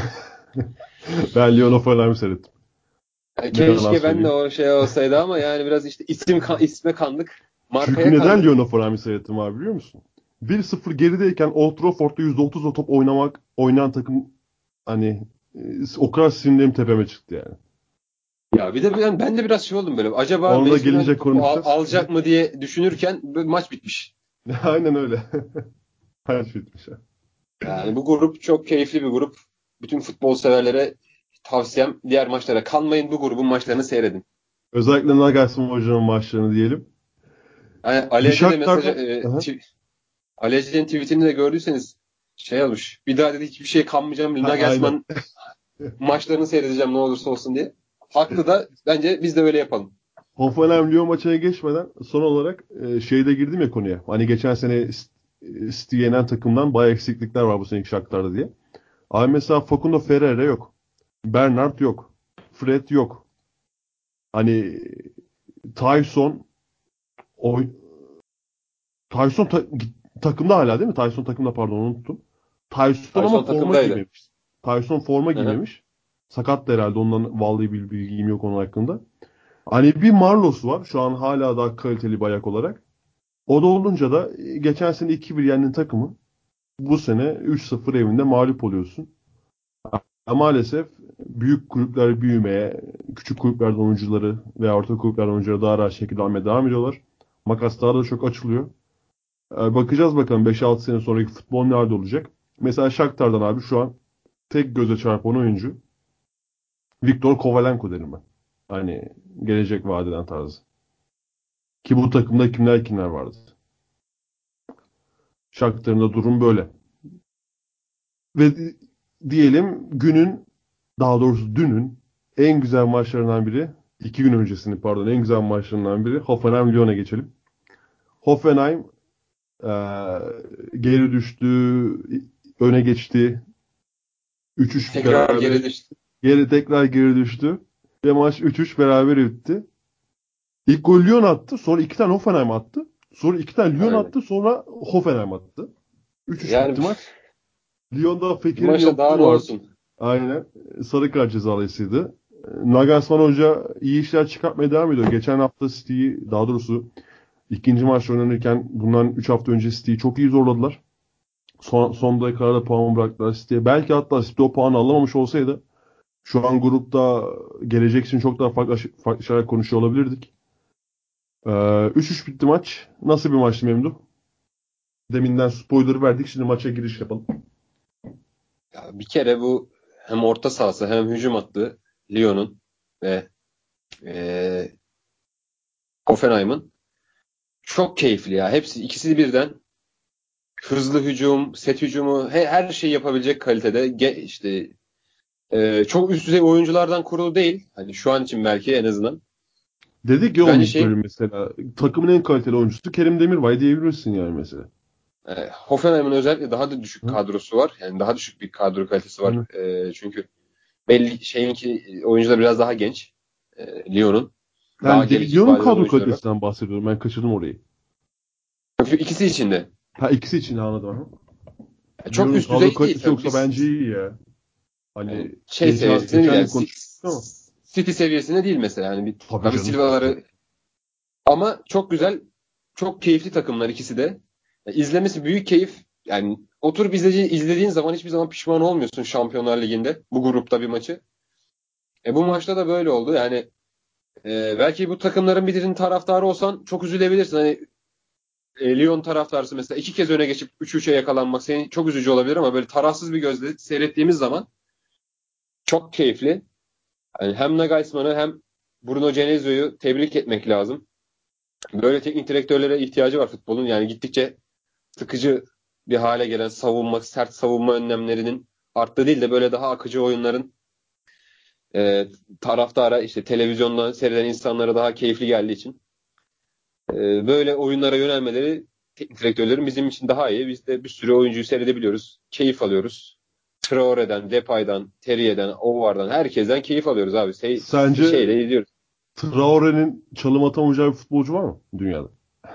Ben Lyon'u falan seyrettim. Yani Ne yalan keşke ben de söyleyeyim. o şey olsaydı ama yani biraz işte isme kandık. Çünkü Markaya neden kandık. Lyon'u falan seyrettim abi biliyor musun? 1-0 gerideyken Old Trafford'da %30'la top oynayan takım hani o kadar sinirlerim tepeme çıktı yani. Ya bir de ben de biraz şey oldum böyle. Acaba Onu da Manchester United gelince topu konuşacağız. alacak mı diye düşünürken maç bitmiş. Aynen öyle. Her şey bitmiş. Yani bu grup çok keyifli bir grup. Bütün futbol severlere tavsiyem diğer maçlara kalmayın. Bu grubun maçlarını seyredin. Özellikle Nagelsmann hocanın maçlarını diyelim. Yani Bir Ali Ece de Shakhtar'da Aha. Ali Ece'nin tweetini de gördüyseniz şey olmuş. Bir daha dedi hiçbir şey kanmayacağım. Aynen. Nagelsmann maçlarını seyredeceğim ne olursa olsun diye. Haklı da bence biz de öyle yapalım. Hoffenheim Lyon maçına geçmeden son olarak şeyde girdim ya konuya. Hani geçen sene City yenen takımdan bayağı eksiklikler var bu seneki Shakhtar'da diye. Abi mesela Facundo Ferreira yok. Bernard yok. Fred yok. Hani Tyson o Tyson takımda hala değil mi? Tyson takımda pardon unuttum. Tyson ama Tyson forma takımdaydı. giymemiş. Tyson forma Hı hı. giymemiş. Sakattı herhalde. Ondan vallahi bir bilgim yok onun hakkında. Hani bir Marlos var. Şu an hala daha kaliteli bir ayak olarak. O da olunca da geçen sene 2-1 yendiğin takımı bu sene 3-0 evinde mağlup oluyorsun. Maalesef büyük kulüpler büyümeye, küçük kulüplerden oyuncuları veya orta kulüplerden oyuncuları daha rahat şekilde almaya devam ediyorlar. Makas daha da çok açılıyor. Bakacağız bakalım 5-6 sene sonraki futbol nerede olacak. Mesela Shakhtar'dan abi şu an tek göze çarpan oyuncu Viktor Kovalenko derim ben. Hani gelecek vadeden tarzı. Ki bu takımda kimler kimler vardı. Shakhtar'ın da durum böyle. Ve diyelim daha doğrusu dünün en güzel maçlarından biri, 2 gün öncesinin pardon en güzel maçlarından biri Hoffenheim-Lyon'a geçelim. Hoffenheim geri düştü, öne geçti. 3-3 Tekrar beraber geri düştü. tekrar geri düştü ve maç 3-3 beraber bitti. İlk gol Lyon attı, sonra 2 tane Hoffenheim attı. Sonra 2 tane Lyon Aynen. attı, sonra Hoffenheim attı. 3-3 bitti Yani maç. Lyon'da bir Fekir'in maçta daha yokluğu ne vardı. olsun? Aynen. Sarı kart cezalısıydı. Nagelsmann Hoca iyi işler çıkartmaya devam ediyor. Geçen hafta City'yi, daha doğrusu ikinci maç oynanırken bundan 3 hafta önce City'yi çok iyi zorladılar. Son dakikalarda puan bıraktılar City'ye. Belki hatta City o puanı alamamış olsaydı şu an grupta gelecek için çok daha farklı şeyler konuşuyor olabilirdik. 3-3 bitti maç. Nasıl bir maçtı Memduh? Deminden spoiler verdik. Şimdi maça giriş yapalım. Ya bir kere bu hem orta sahası hem hücum hattı Lyon'un ve e, Hoffenheim'ın çok keyifli ya. Hepsi ikisi birden hızlı hücum, set hücumu, her şeyi yapabilecek kalitede. İşte çok üst düzey oyunculardan kurulu değil. Hani şu an için belki en azından. Dedik ya oğlum Bence ilk şeyin bölüm mesela. Takımın en kaliteli oyuncusu Kerim Demirbay diyebilirsin yani mesela. Hoffenheim'in özellikle daha da düşük Hı? kadrosu var. Yani daha düşük bir kadro kalitesi var. Hı. Çünkü belli şeyinki oyuncular biraz daha genç. Lyon'un. Daha Yani gelecek Lyon'un vadede kadro oyuncuları var. kalitesinden bahsediyorum. Ben kaçırdım orayı. İkisi için de. Ha, ikisi için anladım. Hı. Çok Lyon'un üst kadro düzey değil kalitesi tabii. yoksa bence Biz iyi ya. yani Hani şey seviyesinde değil geçen yani de konuştuk ama. City seviyesinde değil mesela. Yani Tabii tabii canım. Silva'ları ama çok güzel, çok keyifli takımlar ikisi de. İzlemesi büyük keyif. Yani oturup izlediğin zaman hiçbir zaman pişman olmuyorsun Şampiyonlar Ligi'nde bu grupta bir maçı. Bu maçta da böyle oldu. Yani belki bu takımların birinin taraftarı olsan çok üzülebilirsin. Hani Lyon taraftarısı mesela 2 kez öne geçip 3-3'e yakalanmak senin çok üzücü olabilir ama böyle tarafsız bir gözle seyrettiğimiz zaman çok keyifli. Yani hem Nagelsmann'ı hem Bruno Genesio'yu tebrik etmek lazım. Böyle teknik direktörlere ihtiyacı var futbolun. Yani gittikçe sıkıcı bir hale gelen sert savunma önlemlerinin arttığı değil de böyle daha akıcı oyunların taraftara işte televizyonda seyreden insanlara daha keyifli geldiği için böyle oyunlara yönelmeleri teknik direktörlerin bizim için daha iyi. Biz de bir sürü oyuncuyu seyredebiliyoruz. Keyif alıyoruz. Traore'den, Depay'dan, Terrier'den, Ovar'dan herkesten keyif alıyoruz abi. Sence Şeyle izliyoruz. Traore'nin çalım atamayacağı bir futbolcu var mı dünyada?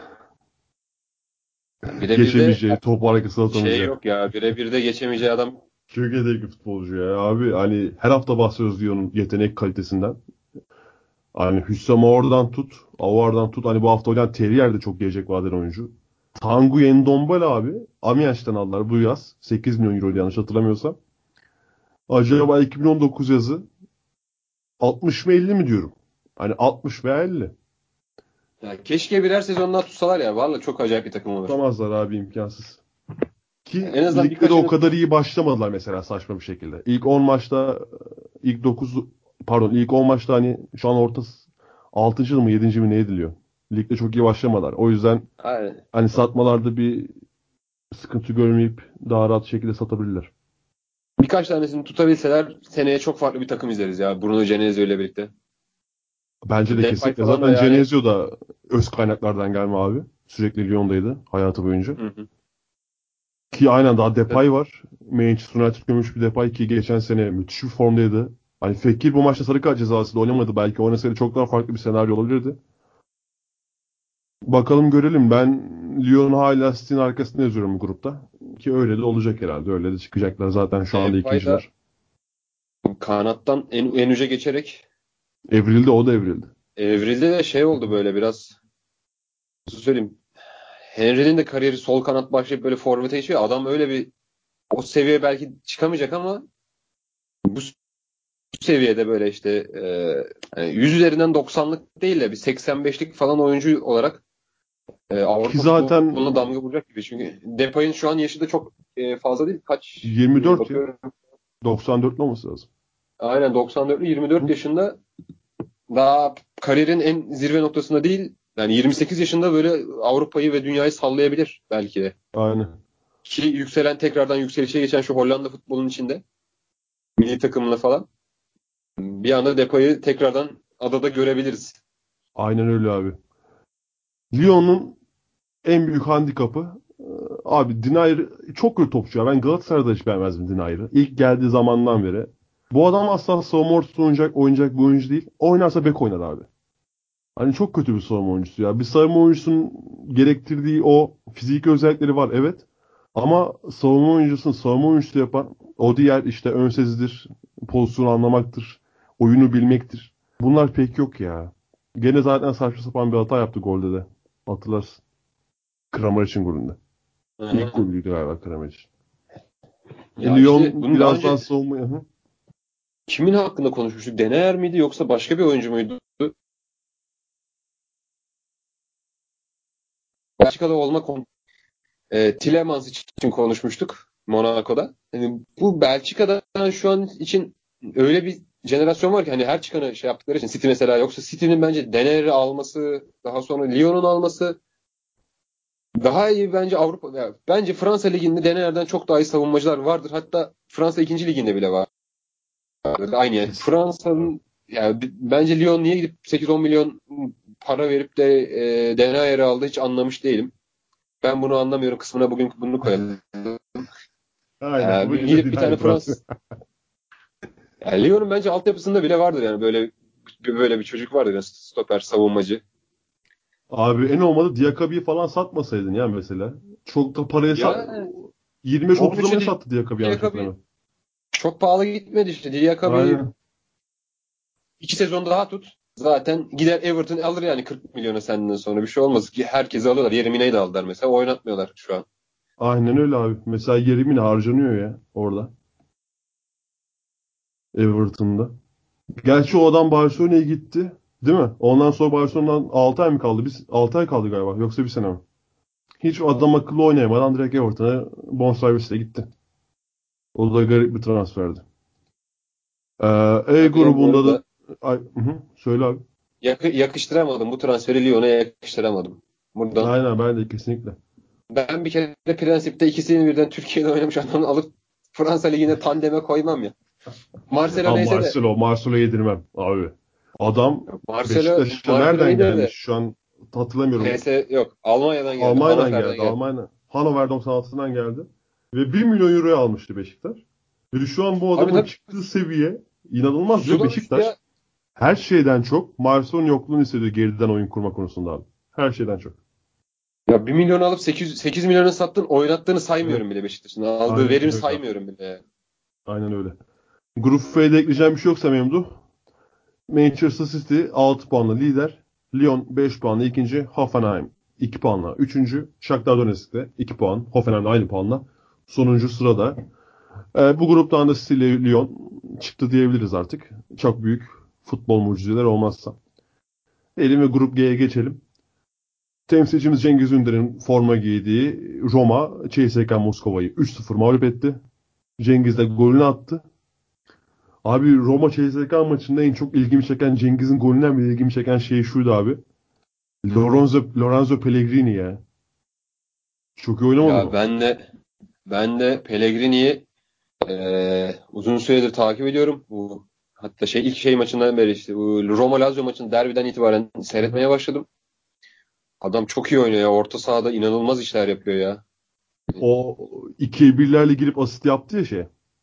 Birebir de Geçemeyeceği, top arkasına şey atamayacağı. yok ya. Birebir de geçemeyeceği adam. Çok yetenekli futbolcu ya. Abi hani her hafta bahsediyoruz Lyon'un yetenek kalitesinden. Hani Hüsam oradan tut, Avar'dan tut. Hani bu hafta oynayan Terrier de çok gelecek vadeli oyuncu. Tanguy Ndombele abi. Amiens'ten aldılar bu yaz. 8 milyon euro yanlış hatırlamıyorsam. Acaba 2019 yazı 60 mı 50 mi diyorum. Hani 60 veya 50. Ya keşke birer sezon daha tutsalar ya. Vallahi çok acayip bir takım olur. Tutamazlar abi imkansız. Ki En azından ligde de birkaç o yıl kadar iyi başlamadılar mesela saçma bir şekilde. İlk 10 maçta ilk 9 pardon ilk 10 maçta hani şu an orta 6. mı 7. mi ne ediliyor? Ligde çok iyi başlamadılar. O yüzden Aynen. hani satmalarda bir sıkıntı görmeyip daha rahat şekilde satabilirler. Birkaç tanesini tutabilseler seneye çok farklı bir takım izleriz ya. Bruno Genesio ile birlikte. Bence de Depay kesinlikle. falan da Zaten yani. Genesio da öz kaynaklardan gelme abi. Sürekli Lyon'daydı hayatı boyunca. Hı hı. Ki aynen daha Depay var. Manchester United gömüş bir Depay ki geçen sene müthiş bir formdaydı. Hani Fekir bu maçta sarı kart cezası da oynamadı. Belki oynasaydı çok daha farklı bir senaryo olabilirdi. Bakalım görelim. Ben Lyon hala City'nin arkasında yazıyorum bu grupta. Ki öyle de olacak herhalde. Öyle de çıkacaklar. Zaten şu anda Depay da ikinciler. kanattan en uca geçerek Evrildi, o da evrildi. evrildi de şey oldu böyle biraz nasıl söyleyeyim. Henry'nin de kariyeri sol kanat başlayıp böyle forvete geçiyor. Adam öyle bir o seviyeye belki çıkamayacak ama bu seviyede böyle işte yani 100 üzerinden 90'lık değil de bir 85'lik falan oyuncu olarak Avrupa Ki zaten futboluna damga vuracak gibi. Çünkü Depay'ın şu an yaşı da çok fazla değil. Kaç? 24 ya. Bakıyorum. 94'lü olması lazım. Aynen 94'lü 24 yaşında, daha kariyerin en zirve noktasında değil. Yani 28 yaşında böyle Avrupa'yı ve dünyayı sallayabilir belki de. Aynen. Ki yükselen, tekrardan yükselişe geçen şu Hollanda futbolunun içinde milli takımla falan bir anda Depay'ı tekrardan adada görebiliriz. Aynen öyle abi. Lyon'un en büyük handikapı abi Denayer çok kötü topçu ya. Ben Galatasaray'da hiç beğenmezdim Denayer'ı. İlk geldiği zamandan beri. Bu adam asla savunma ortası oynayacak bir oyuncu değil. Oynarsa bek oynar abi. Hani çok kötü bir savunma oyuncusu ya. Bir savunma oyuncusunun gerektirdiği o fiziki özellikleri var evet. Ama savunma oyuncusu yapan o diğer işte ön sezidir, pozisyonu anlamaktır, oyunu bilmektir. Bunlar pek yok ya. Gene zaten saçma sapan bir hata yaptı golde de. Hatırlarsın. Kramer'in golünde. İlk Hı-hı. golüydü galiba Kramer. Ya işte Lyon bunu daha birazdan önce savunmaya... Hı. kimin hakkında konuşmuştuk? Denayer miydi yoksa başka bir oyuncu muydu? Belçika'da olma Tielemans için konuşmuştuk Monaco'da. Yani bu Belçika'da şu an için öyle bir jenerasyon var ki hani her çıkanı şey yaptıkları için, City mesela, yoksa City'nin bence Dener'i alması, daha sonra Lyon'un alması daha iyi bence. Avrupa ya, bence Fransa liginde Dener'den çok daha iyi savunmacılar vardır. Hatta Fransa 2. liginde bile var. Aynı yani. Kes. Fransa'nın yani bence Lyon niye gidip 8-10 milyon para verip de Dener'i aldı hiç anlamış değilim. Ben bunu anlamıyorum kısmına bugün bunu koyalım. Aynen. Bugün de Gidip bir tane Denayer transfer. Fransız. Yani Lyon'un bence altyapısında bile vardır yani böyle bir çocuk vardır yani, stoper, savunmacı. Abi en olmadı Diakabi'yi falan satmasaydın ya mesela. Çok da paraya Ya 25-30'a mı ne Norwich'e sattı Diakabi yanlış Diakabi hatırlamıyorum. çok pahalı gitmedi işte. Diakabi Aynen. 2 sezon daha tut. Zaten gider Everton alır yani 40 milyona senden sonra, bir şey olmaz ki, herkesi alıyorlar. Yerimine'yi de aldılar mesela, oynatmıyorlar şu an. Aynen öyle abi. Mesela Yerimine harcanıyor ya orada. Everton'da. Gerçi o adam Barcelona'ya gitti. Değil mi? Ondan sonra Barcelona'dan 6 ay mı kaldı? 6 ay kaldı galiba. Yoksa bir sene mi? Hiç adam akıllı oynayamadan direkt Everton'a bonservisle gitti. O da garip bir transferdi. E Ben bu grubunda da arada söyle abi. yakıştıramadım. Bu transferi Lyon'a yakıştıramadım. Buradan Aynen ben de kesinlikle. ben bir kere de prensipte ikisini birden Türkiye'de oynamış adamı alıp Fransa Ligi'ne tandeme koymam ya. Marcelo Ama neyse de, Marcelo yedirmem abi. Adam Beşiktaş'a Marcelo nereden iyidir gelmiş de şu an hatırlamıyorum. PS yok. Almanya'dan geldi. Almanya'dan Hannover'den geldi. geldi. Hannover 96'dan geldi. Ve 1 milyon euroya almıştı Beşiktaş. Ve şu an bu Tabii adamın tabii. çıktığı seviye inanılmaz ve Sudan Beşiktaş üstte her şeyden çok Marcelo'nun yokluğunu hissediyor geriden oyun kurma konusunda abi. Her şeyden çok. ya 1 milyon alıp 8 milyona sattın, oynattığını Aynen. saymıyorum bile Beşiktaş'ın. Aldığı Aynen verimi öyle abi. saymıyorum bile. Aynen öyle. Grup F'de ekleyeceğim bir şey yoksa Memduh. Manchester City 6 puanla lider. Lyon 5 puanla ikinci. Hoffenheim 2 puanla üçüncü. Shakhtar Donetsk de 2 puan. Hoffenheim'le aynı puanla. Sonuncu sırada. Bu gruptan da City ile Lyon çıktı diyebiliriz artık. Çok büyük futbol mucizeler olmazsa. Elim ve Grup G'ye geçelim. Temsilcimiz Cengiz Ünder'in forma giydiği Roma CSKA Moskova'yı 3-0 mağlup etti. Cengiz de golünü attı. Abi Roma CSKA maçında en çok ilgimi çeken Cengiz'in golünden bile ilgimi çeken şey şuydu abi. Lorenzo Pellegrini ya. Çok iyi oynamadı Ya mı? ben de Pellegrini'yi uzun süredir takip ediyorum. Hatta ilk maçından beri, işte bu Roma Lazio maçının derbiden itibaren Hı hı. seyretmeye başladım. Adam çok iyi oynuyor ya. Orta sahada inanılmaz işler yapıyor ya. O 2'ye 1'lerle girip asist yaptı ya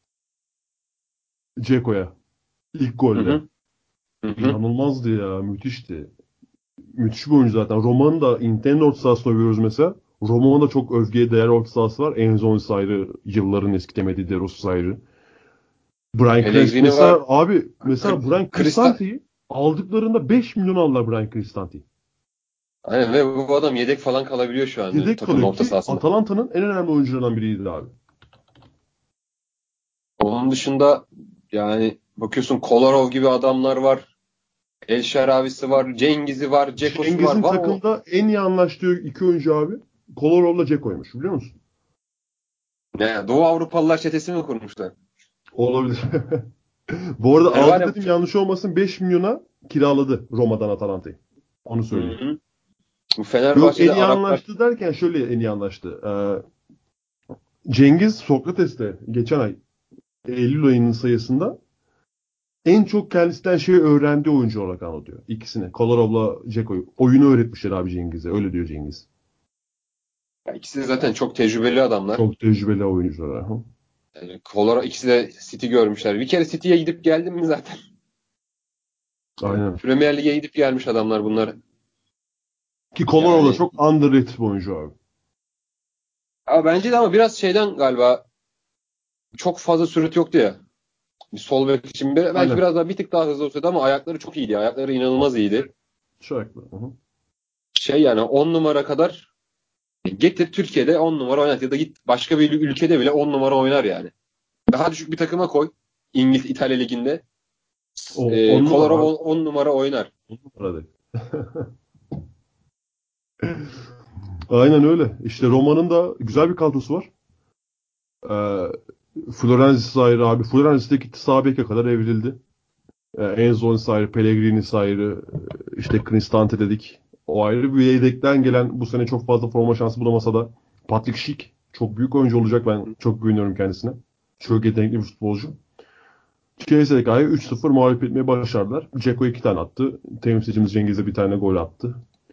Ceko'ya. İlk Hı golde. hı. Hı hı. İnanılmazdı ya. Müthişti. Müthiş bir oyuncu zaten. Roma'nın da Inter'in orta sahasını övüyoruz mesela. Roma'nın da çok övgüye değer orta sahası var. Enzonzi ayrı, yılların eskitemediği De Rossi ayrı. Bryan Cranston Pellegrini var. mesela abi mesela Bryan Krista. Cristante'yi aldıklarında 5 milyon aldılar Bryan Cristante'yi. Aynen, ve bu adam yedek falan kalabiliyor şu an Yedek takımın kalıyor orta ki sahasında. Atalanta'nın en önemli oyuncularından biriydi abi. Onun dışında Yani bakıyorsun Kolarov gibi adamlar var. El Şeravisi var. Cengiz'i var. Ceko'su var. Cengiz'in Var o. takımda en iyi anlaştığı iki oyuncu abi Kolarov'la Ceko'ymuş biliyor musun? Ne, Doğu Avrupalılar çetesi mi kurmuşlar? Olabilir. Bu arada Yani var aldı ya, dedim yanlış olmasın 5 milyona kiraladı Roma'dan Atalanta'yı. Onu hı söyleyeyim. hı. Bu Yok en Fenerbahçe'de iyi Araplar anlaştı derken şöyle en iyi anlaştı. Cengiz Sokrates'te geçen ay Eylül ayının sayısında en çok kendisinden şey öğrendiği oyuncu olarak anlatıyor. İkisini. Kolarov'la Ceko'yu. Oyunu öğretmişler abi Cengiz'e. Öyle diyor Cengiz. ya ikisi de zaten çok tecrübeli adamlar. Çok tecrübeli oyuncular. Hı. Yani Colorado ikisi de City görmüşler. Bir kere City'ye gidip geldim mi zaten? Aynen. Premier Lig'e gidip gelmiş adamlar bunlar. Ki Kolarov da Yani çok underrated bir oyuncu abi. bence de ama biraz şeyden galiba çok fazla sürat yoktu ya. Bir sol bek için belki Aynen. biraz daha bir tık daha hızlı olsaydı ama ayakları çok iyiydi. Ayakları inanılmaz iyiydi. Şarkılı. Hı hı. Şey yani 10 numara kadar getir Türkiye'de 10 numara oynat ya da git başka bir ülkede bile 10 numara oynar yani. Daha düşük bir takıma koy. İtalya Ligi'nde. O 10 numara Kolarov abi. 10 numara oynar. 10 numara değil. Aynen öyle. İşte Roma'nın da güzel bir kadrosu var. Florenzi's ayrı abi. Florenzis'teki sağ beke kadar evrildi. Enzonzi ayrı, Pellegrini ayrı, işte Cristante dedik. O ayrı bir yedekten gelen bu sene çok fazla forma şansı bulamasa da Patrick Schick çok büyük oyuncu olacak. Ben çok güveniyorum kendisine. Çok yetenekli bir futbolcu. CSK'yı 3-0 mağlup etmeyi başardılar. Dzeko 2 tane attı. Temsilcimiz Cengiz'e bir tane gol attı.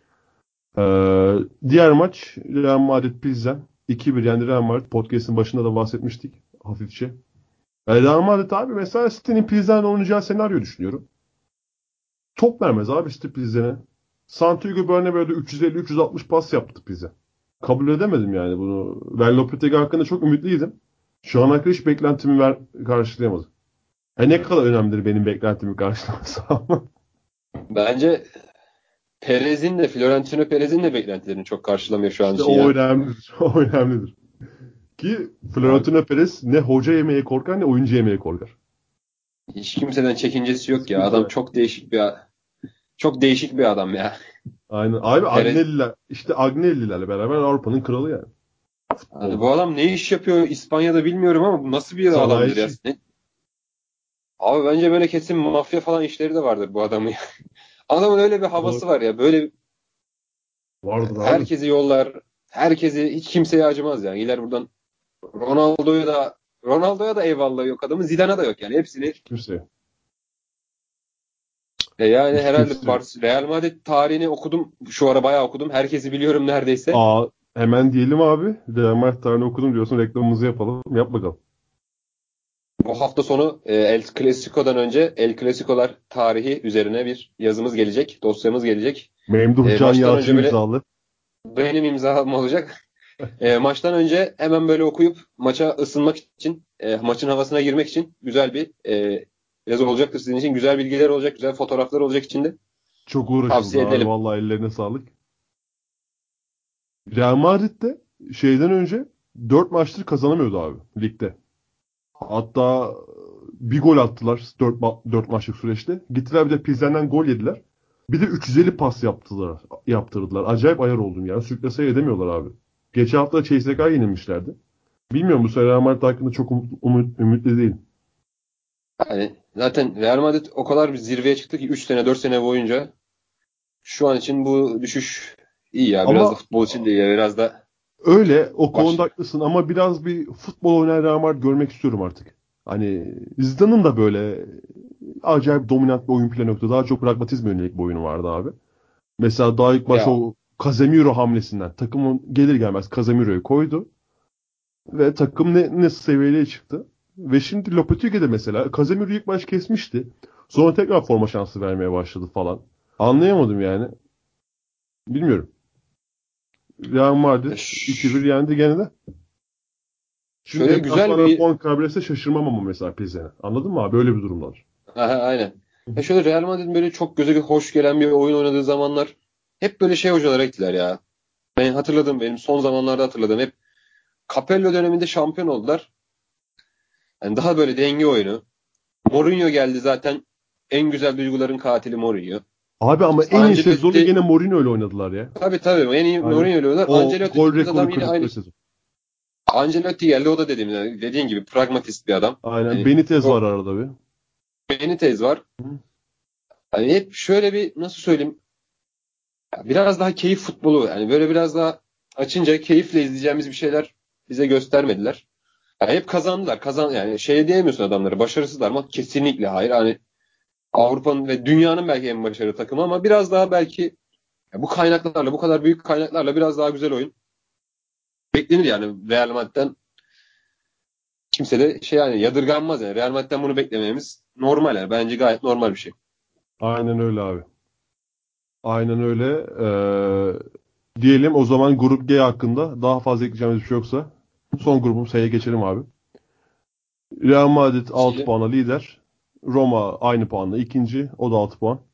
Diğer maç Real Madrid Pilsen 2-1 yendi Real Madrid. Podcast'in başında da bahsetmiştik hafifçe. Real Madrid abi mesela City'nin Pilsen'le oynayacağı senaryo düşünüyorum. Top vermez abi City Pilsen'e. Santiago Bernabeu'da 350-360 pas yaptı Pilsen. Kabul edemedim yani bunu. Ben Lopetegui hakkında çok ümitliydim. Şu ana kadar hiç beklentimi karşılayamadı. Ne kadar önemlidir benim beklentimi karşılaması ama. Bence Florentino Perez'in de beklentilerini çok karşılamıyor şu an İşte için o ya. önemlidir. O önemlidir. Ki Abi, Florentino Perez ne hoca yemeye korkar ne oyuncu yemeye korkar. hiç kimseden çekincesi Hiç yok ya. Adam kimse. çok değişik bir adam ya. Aynen. Abi Perez Agnellilerle beraber Avrupa'nın kralı yani. hani Futbolda. bu adam ne iş yapıyor İspanya'da bilmiyorum ama bu nasıl bir adamdır ya? Sanayici. Abi bence böyle kesin mafya falan işleri de vardır bu adamın. Adamın öyle bir havası var ya. Böyle Vardır abi. herkesi yollar. Herkesi hiç kimseye acımaz yani. Gider buradan Ronaldo'ya da Ronaldo'ya da eyvallah yok adamın. Zidane'a da yok yani. Hepsini Hiç kimse. yani Hiç herhalde kimse. Real Madrid tarihini okudum. Şu ara bayağı okudum. Herkesi biliyorum neredeyse. Hemen diyelim abi. Real Madrid tarihini okudum diyorsun. Reklamımızı yapalım. Yap bakalım. Bu hafta sonu El Clasico'dan önce El Clasico'lar tarihi üzerine bir yazımız gelecek. Dosyamız gelecek. Memduh Can Maçtan Yalçın önce böyle imzalı. benim imzam olacak. Maçtan önce hemen böyle okuyup maça ısınmak için, maçın havasına girmek için güzel bir yaz olacaktır sizin için. Güzel bilgiler olacak, güzel fotoğraflar olacak içinde. Çok uğraşıldı Tavsiye abi. edelim. Vallahi ellerine sağlık. Real Madrid'de şeyden önce 4 maçtır kazanamıyordu abi ligde. Hatta bir gol attılar 4 maçlık süreçte. Gittiler bir de Pilsen'den gol yediler. Bir de 350 pas yaptırdılar. Acayip ayar oldum ya. Sürklese edemiyorlar abi. Geçen hafta CSK'ya yenilmişlerdi. Bilmiyorum bu sene Real Madrid hakkında çok ümitli değilim. Yani zaten Real Madrid o kadar bir zirveye çıktı ki 3 sene 4 sene boyunca şu an için bu düşüş iyi ya. Biraz da Ama futbol için de iyi ya. Biraz da öyle o konuda baş. haklısın ama biraz bir futbol oynayan Real Madrid görmek istiyorum artık. Hani Zidane'ın da böyle acayip dominant bir oyun planı yoktu. Daha çok pragmatizm yönelik bir oyunu vardı abi. Mesela daha ilk baş Ya o Casemiro hamlesinden takımın gelir gelmez Casemiro'yu koydu ve takım ne seviyeye çıktı. Ve şimdi Lopetegui'de mesela Casemiro'yu ilk baş kesmişti. Sonra tekrar forma şansı vermeye başladı falan. Anlayamadım yani. Bilmiyorum. Real Madrid 2-1 ş- yendi gene de. Şimdi şöyle güzel deplasmanda bir puan kaybederse şaşırmam ama mesela Pilsen'e. Anladın mı abi? Öyle bir durumlar. aha, aynen. Şöyle Real Madrid'in böyle çok göze hoş gelen bir oyun oynadığı zamanlar hep böyle şey hocalara gittiler ya. Ben hatırladım benim son zamanlarda hatırladım. Hep Capello döneminde şampiyon oldular. Yani daha böyle denge oyunu. Mourinho geldi zaten. En güzel duyguların katili Mourinho. Abi ama en iyi Ancelotti, sezonda gene Mourinho ile oynadılar ya. tabii en iyi Yani Mourinho oynuyorlar. o Ancelotti gol dediğimiz adam rekoru yine kırdıkları aynı. sezon. Ancelotti geldi, o da dediğin gibi pragmatist bir adam. Aynen. Yani Benitez var arada bir. Benitez var. Hı. Hani hep şöyle bir, nasıl söyleyeyim, biraz daha keyif futbolu, yani böyle biraz daha açınca keyifle izleyeceğimiz bir şeyler bize göstermediler. Yani hep kazandılar. Yani şey diyemiyorsun adamları. Başarısızlar mı? Kesinlikle hayır. Hani Avrupa'nın ve dünyanın belki en başarılı takımı ama biraz daha belki bu kaynaklarla, bu kadar büyük kaynaklarla biraz daha güzel oyun beklenir yani. Real Madrid'den kimse de yani yadırganmaz yani. Real Madrid'den bunu beklememiz normal yani. Bence gayet normal bir şey. Aynen öyle abi. Aynen öyle. Diyelim o zaman grup G hakkında daha fazla ekleyeceğimiz bir şey yoksa son grubum S'ye geçelim abi. Real Madrid 6 Şeyi, puanla lider. Roma aynı puanla ikinci. O da 6 puan.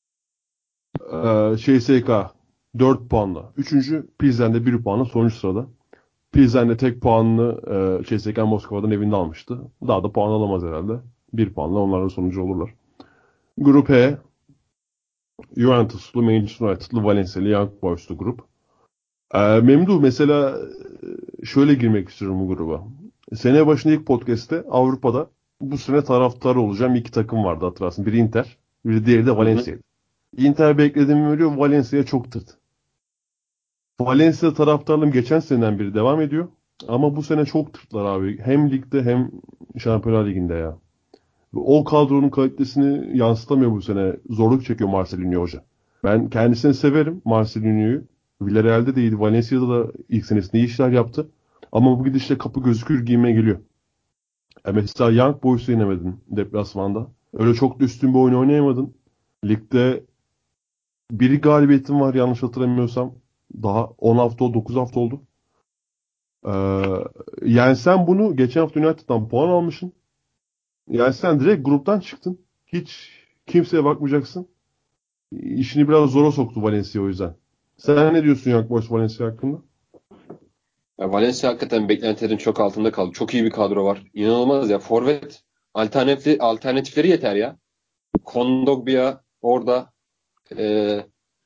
CSKA 4 puanla. Üçüncü. Pilsen de 1 puanla sonuncu sırada. Pilsen de tek puanını CSKA Moskova'dan evinde almıştı. Daha da puan alamaz herhalde. 1 puanla onların sonucu olurlar. Grup E Juventus'lu, Manchester United'lı, Valencia'lı, Young Boys'lu grup. Memduh mesela şöyle girmek istiyorum bu gruba. Sene başında ilk podcast'te Avrupa'da bu sene taraftarı olacağım iki takım vardı hatırlarsın. Biri Inter, biri diğeri de hı hı. Valencia'ydı. Inter beklediğimi veriyor, Valencia çok tırt. Valencia taraftarlığım geçen seneden beri devam ediyor. Ama bu sene çok tırtlar abi. Hem ligde hem Şampiyonlar Ligi'nde ya. O kadronun kalitesini yansıtamıyor bu sene. Zorluk çekiyor Marcelinho Hoca. Ben kendisini severim Marcelinho'yu. Villarreal'de de iyiydi. Valencia'da da ilk senesinde iyi işler yaptı. Ama bu gidişle kapı gözükür gibime geliyor. Mesela Young Boys'u yenemedin deplasmanda. Öyle çok da üstün bir oyun oynayamadın. Ligde bir galibiyetin var yanlış hatırlamıyorsam. Daha 10 hafta, 9 hafta oldu. Ee, Yani sen bunu geçen hafta United'dan puan almışsın. Yani sen direkt gruptan çıktın. Hiç kimseye bakmayacaksın. İşini biraz zora soktu Valencia o yüzden. Sen ne diyorsun Young Boys Valencia hakkında? Ya Valencia hakikaten beklentilerin çok altında kaldı. Çok iyi bir kadro var. İnanılmaz ya. Forvet alternatifleri yeter ya. Kondogbia orada, e,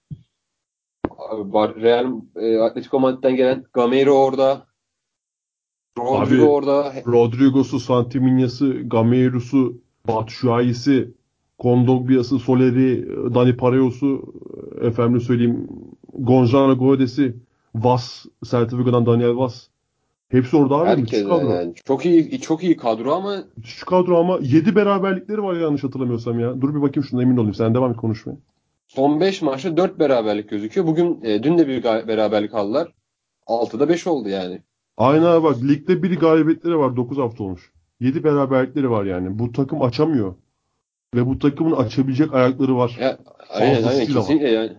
Real Atletico Madrid'den gelen Gameiro orada, Rodrigo Abi orada. Rodrigo'su, Santiminya'sı, Gameiro'su, Batshuayi'si, Kondogbia'sı, Soleri, Dani Parejo'su, efendim söyleyeyim Gonzalo Guedes'i, Vaz, Celta Vigo'dan Daniel Vaz. Hepsi orada abi. Müthiş Herkes kadro. yani çok iyi kadro ama Müthiş kadro ama 7 beraberlikleri var yanlış hatırlamıyorsam ya. Dur bir bakayım şuna emin olayım. Sen devam et konuşmaya. son 5 maçta 4 beraberlik gözüküyor. Dün de bir beraberlik aldılar. 6'da 5 oldu yani. Aynen abi bak ligde bir galibiyetleri var 9 hafta olmuş. 7 beraberlikleri var yani. Bu takım açamıyor. Ve bu takımın açabilecek ayakları var. Ya, aynen Fazlasıyla var. kesinlikle yani.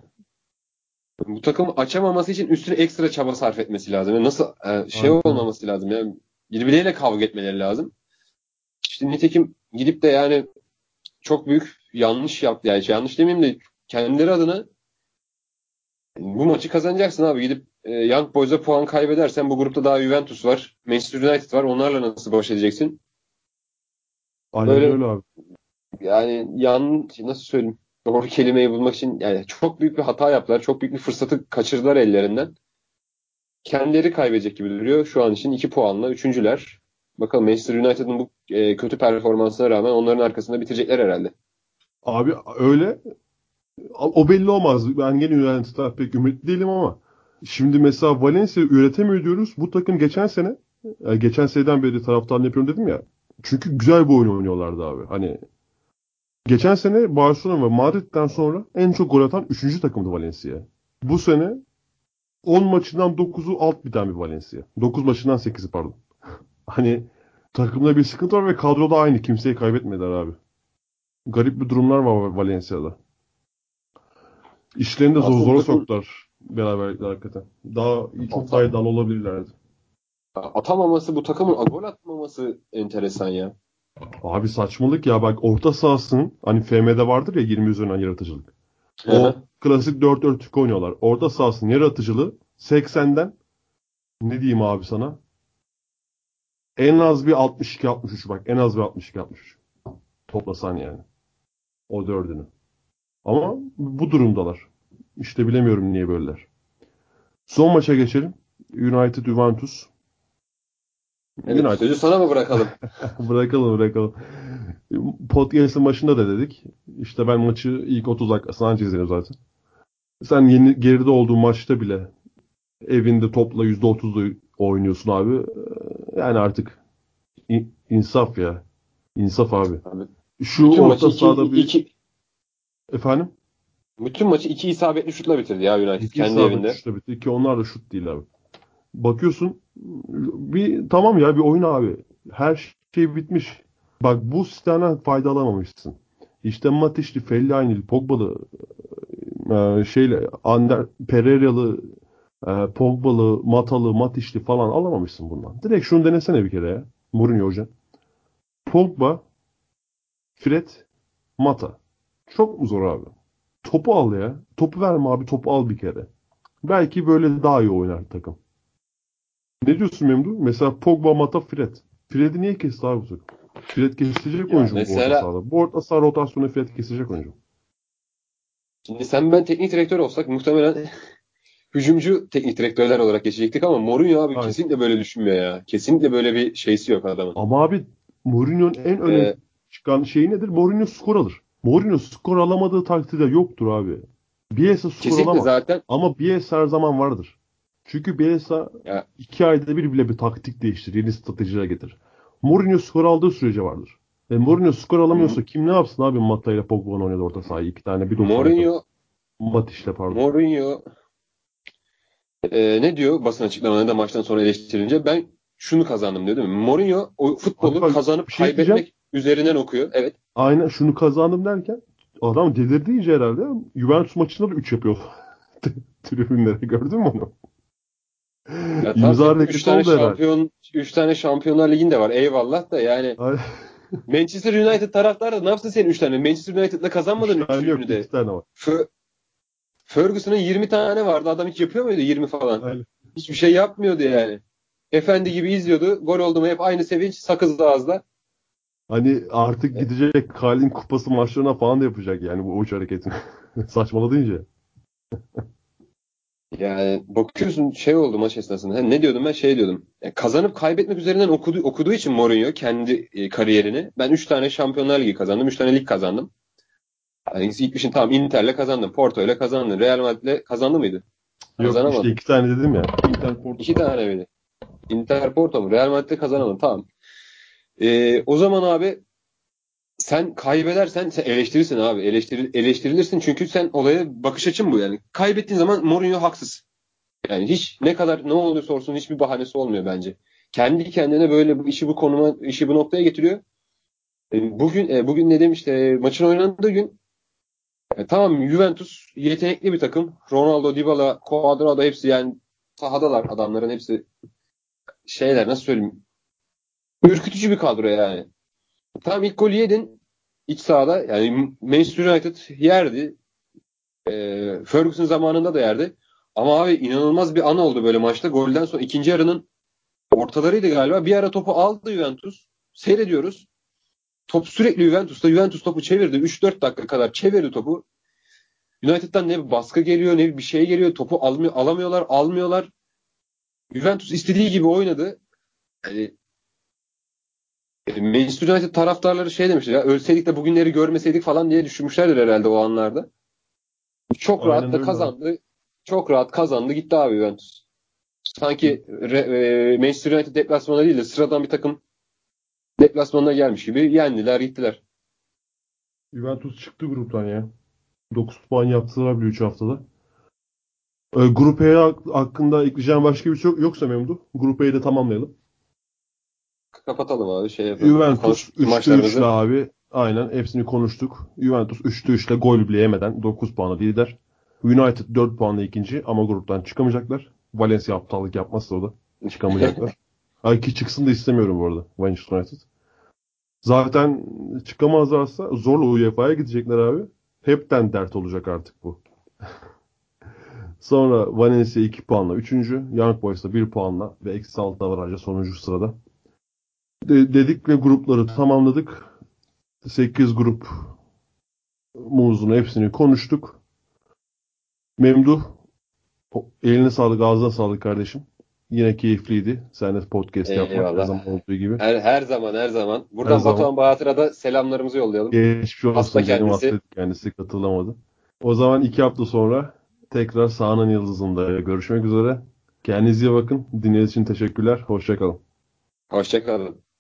Bu takım açamaması için üstüne ekstra çaba sarf etmesi lazım. Yani nasıl şey Aynen öyle. olmaması lazım yani, birbirleriyle kavga etmeleri lazım. İşte nitekim gidip de yani çok büyük yanlış yaptı. Yani yanlış demeyeyim de kendileri adına bu maçı kazanacaksın abi. Gidip Young Boys'a puan kaybedersen bu grupta daha Juventus var, Manchester United var. Onlarla nasıl baş edeceksin? Aynen Böyle öyle abi. yani nasıl söyleyeyim? Doğru kelimeyi bulmak için yani çok büyük bir hata yaptılar. Çok büyük bir fırsatı kaçırdılar ellerinden. Kendileri kaybedecek gibi duruyor. Şu an için 2 puanla üçüncüler. Bakalım Manchester United'ın bu kötü performansına rağmen onların arkasında bitirecekler herhalde. Abi öyle. O belli olmaz. Ben gene United'a pek ümitli değilim ama şimdi mesela Valencia üretemiyor diyoruz. Bu takım geçen sene geçen seneden beri taraftarını yapıyorum dedim ya. Çünkü güzel bir oyun oynuyorlardı abi. Hani geçen sene Barcelona ve Madrid'den sonra en çok gol atan 3. takımdı Valencia. Bu sene 10 maçından 9'u alt biten bir Valencia. 9 maçından 8'i pardon. Hani takımda bir sıkıntı var ve kadroda aynı. Kimseyi kaybetmediler abi. Garip bir durumlar var Valencia'da. İşlerini de Aslında bu zora takım soktular beraberlikler hakikaten. Daha çok daha ata- iddialı olabilirlerdi. atamaması, bu takımın gol atmaması enteresan ya. Abi saçmalık ya bak orta sahasının hani FM'de vardır ya 20 üzerinden yaratıcılık. Hı O hı. klasik 4-4-2 oynuyorlar. Orta sahasının yaratıcılığı 80'den ne diyeyim abi sana? En az bir 62-63 bak en az bir 62-63. Toplasan yani. O dördünü. Ama bu durumdalar. İşte bilemiyorum niye böyleler. Son maça geçelim. United Juventus. Evet, United sözü sana mı bırakalım? bırakalım. Podcast'ın başında da dedik. İşte ben maçı ilk 30 dakikasından izledim zaten. Sen yeni geride olduğun maçta bile evinde topla %30'da oynuyorsun abi. Yani artık insaf ya. İnsaf abi. Abi, Şu bütün maçı orta sahada bir efendim bütün maçı iki isabetli şutla bitirdi ya United iki kendi isabet evinde. şutla bitti ki onlar da şut değil abi. Bakıyorsun bir tamam ya bir oyun abi. Her şey bitmiş. Bak bu sistemden faydalanamamışsın. İşte Matişli, Fellaini'li, Pogba'lı, Pereira'lı, Pogba'lı, Matalı, Matişli falan alamamışsın bundan. Direkt şunu denesene bir kere ya. Mourinho hoca. Pogba, Fred, Mata. Çok mu zor abi? Topu al ya. Topu verme abi. Topu al bir kere. Belki böyle daha iyi oynar takım. Ne diyorsun Memduh? Mesela Pogba, Mata, Fred. Fred'i niye kesti abi bu takım? Fred kesecek Ya oyuncu mu bu orta mesela sahada? Bu orta saha rotasyonu Fred kesecek oyuncu. şimdi sen ben teknik direktör olsak muhtemelen hücumcu teknik direktörler olarak geçecektik ama Mourinho abi Aynen. kesinlikle böyle düşünmüyor ya. Kesinlikle böyle bir şeysi yok adamın. Ama abi Mourinho'nun en öne Ee, çıkan şeyi nedir? Mourinho skor alır. Mourinho skor alamadığı takdirde yoktur abi. Bielsa skor kesinlikle alamaz. zaten Ama Bielsa her zaman vardır. Çünkü Bielsa ya 2 ayda bir bile bir taktik değiştirir. Yeni stratejiler getirir. Mourinho skor aldığı sürece vardır. Mourinho skor alamıyorsa kim ne yapsın abi Mata ile Pogba'nın oynadı orta sahayı. 2 tane 1.90 kadar. Mourinho Matiş'le pardon. Mourinho ne diyor basın açıklamalarında maçtan sonra eleştirilince ben şunu kazandım diyor değil mi? Mourinho o Abi futbolu bak kazanıp bir şey diyeceğim. kaybetmek üzerinden okuyor. Evet. Aynen şunu kazandım derken adam delirdi iyice herhalde. Juventus maçında da 3 yapıyor. Tribünlere gördün mü onu? Ya tamam İmza senin 3 hareketi tane oldu herhalde. şampiyon 3 tane Şampiyonlar Ligi'nde var. Eyvallah da yani Ay- Manchester United taraftarı da ne yapsın senin 3 tane? Manchester United'la 3 kazanmadın tane yok üçünü de. 2 tane var. Ferguson'ın 20 tane vardı. Adam hiç yapıyor muydu 20 falan? Aynen. Hiçbir şey yapmıyordu yani. Efendi gibi izliyordu. Gol oldu mu hep aynı sevinç sakızlı ağızda. Hani artık E, gidecek Kalin Kupası maçlarına falan da yapacak yani bu uç hareketini. Saçmaladı iyice. Yani bakıyorsun şey oldu maç esnasında. Ha, ne diyordum ben? Şey diyordum. Kazanıp kaybetmek üzerinden okuduğu için Mourinho kendi kariyerini. Ben 3 tane Şampiyonlar Ligi kazandım. 3 tane lig kazandım. Yani gitmişsin tamam Inter'le kazandın. Porto'yla kazandın. Real Madrid'le kazandı mıydı? Yok işte Kazanamadın. 2 tane dedim ya. Inter Porto 2 kazandı. tane miydi? Inter Porto mu? Real Madrid'le kazanamadın. Tamam. O zaman abi sen kaybedersen sen eleştirirsin abi. Eleştirilirsin çünkü sen olaya bakış açın bu yani. Kaybettiğin zaman Mourinho haksız. Yani hiç ne kadar ne olursa olsun hiçbir bahanesi olmuyor bence. Kendi kendine böyle bu işi bu konuma, işi bu noktaya getiriyor. Bugün ne demişti? Maçın oynandığı gün tamam Juventus yetenekli bir takım. Ronaldo, Dybala, Cuadrado hepsi yani sahadalar adamların hepsi şeyler nasıl söyleyeyim? Ürkütücü bir kadro yani. Tamam ilk golü yedin iç sahada. Yani Manchester United yerdi. Ferguson zamanında da yerdi. Ama abi inanılmaz bir an oldu böyle maçta. Golden sonra ikinci yarının ortalarıydı galiba. Bir ara topu aldı Juventus. Seyrediyoruz. Top sürekli Juventus'ta. Juventus topu çevirdi. 3-4 dakika kadar çevirdi topu. United'dan ne bir baskı geliyor ne bir şey geliyor. Topu almıyorlar. Juventus istediği gibi oynadı. Yani, Manchester United taraftarları şey demişler ya ölseydik de bugünleri görmeseydik falan diye düşünmüşlerdir herhalde o anlarda. Çok rahat Aynen da öyle abi. kazandı. Çok rahat kazandı gitti abi Juventus. Sanki Manchester United deplasmanı değil de sıradan bir takım deplasmanına gelmiş gibi yendiler gittiler. Juventus çıktı gruptan ya. 9 puan yaptılar bile 3 haftada. Grup E hakkında ekleyeceğim başka bir şey yoksa Memduh. Grup E'yi de tamamlayalım. Kapatalım abi şey yapalım. Juventus Konuştuk 3'te 3'le maçlarımızı. abi. Aynen hepsini konuştuk. Juventus 3'te 3'le gol bile yemeden 9 puanla lider. United 4 puanla ikinci ama gruptan çıkamayacaklar. Valencia aptallık yapmazsa o da çıkamayacaklar. Ay ki çıksın da istemiyorum bu arada Manchester United. Zaten çıkamazlarsa zorla UEFA'ya gidecekler abi. Hepten dert olacak artık bu. Sonra Valencia 2 puanla üçüncü, Young Boys da 1 puanla ve -6 avarajla sonuncu sırada. Dedik ve grupları tamamladık. 8 grup muzunu hepsini konuştuk. Memduh, eline sağlık, ağzına sağlık kardeşim. Yine keyifliydi. Sen de podcast yapmak her Eyvallah. zaman olduğu gibi. Her zaman her zaman. Her Buradan zaman. Batuhan Bahadır'a da selamlarımızı yollayalım. Geçmiş Hasta olsun. Benim kendisi. hastaydı, kendisi katılamadı. O zaman 2 hafta sonra tekrar Sahanın Yıldızı'nda görüşmek üzere. Kendinize iyi bakın. Dinlediğiniz için teşekkürler. Hoşça kalın. Hoşça kalın.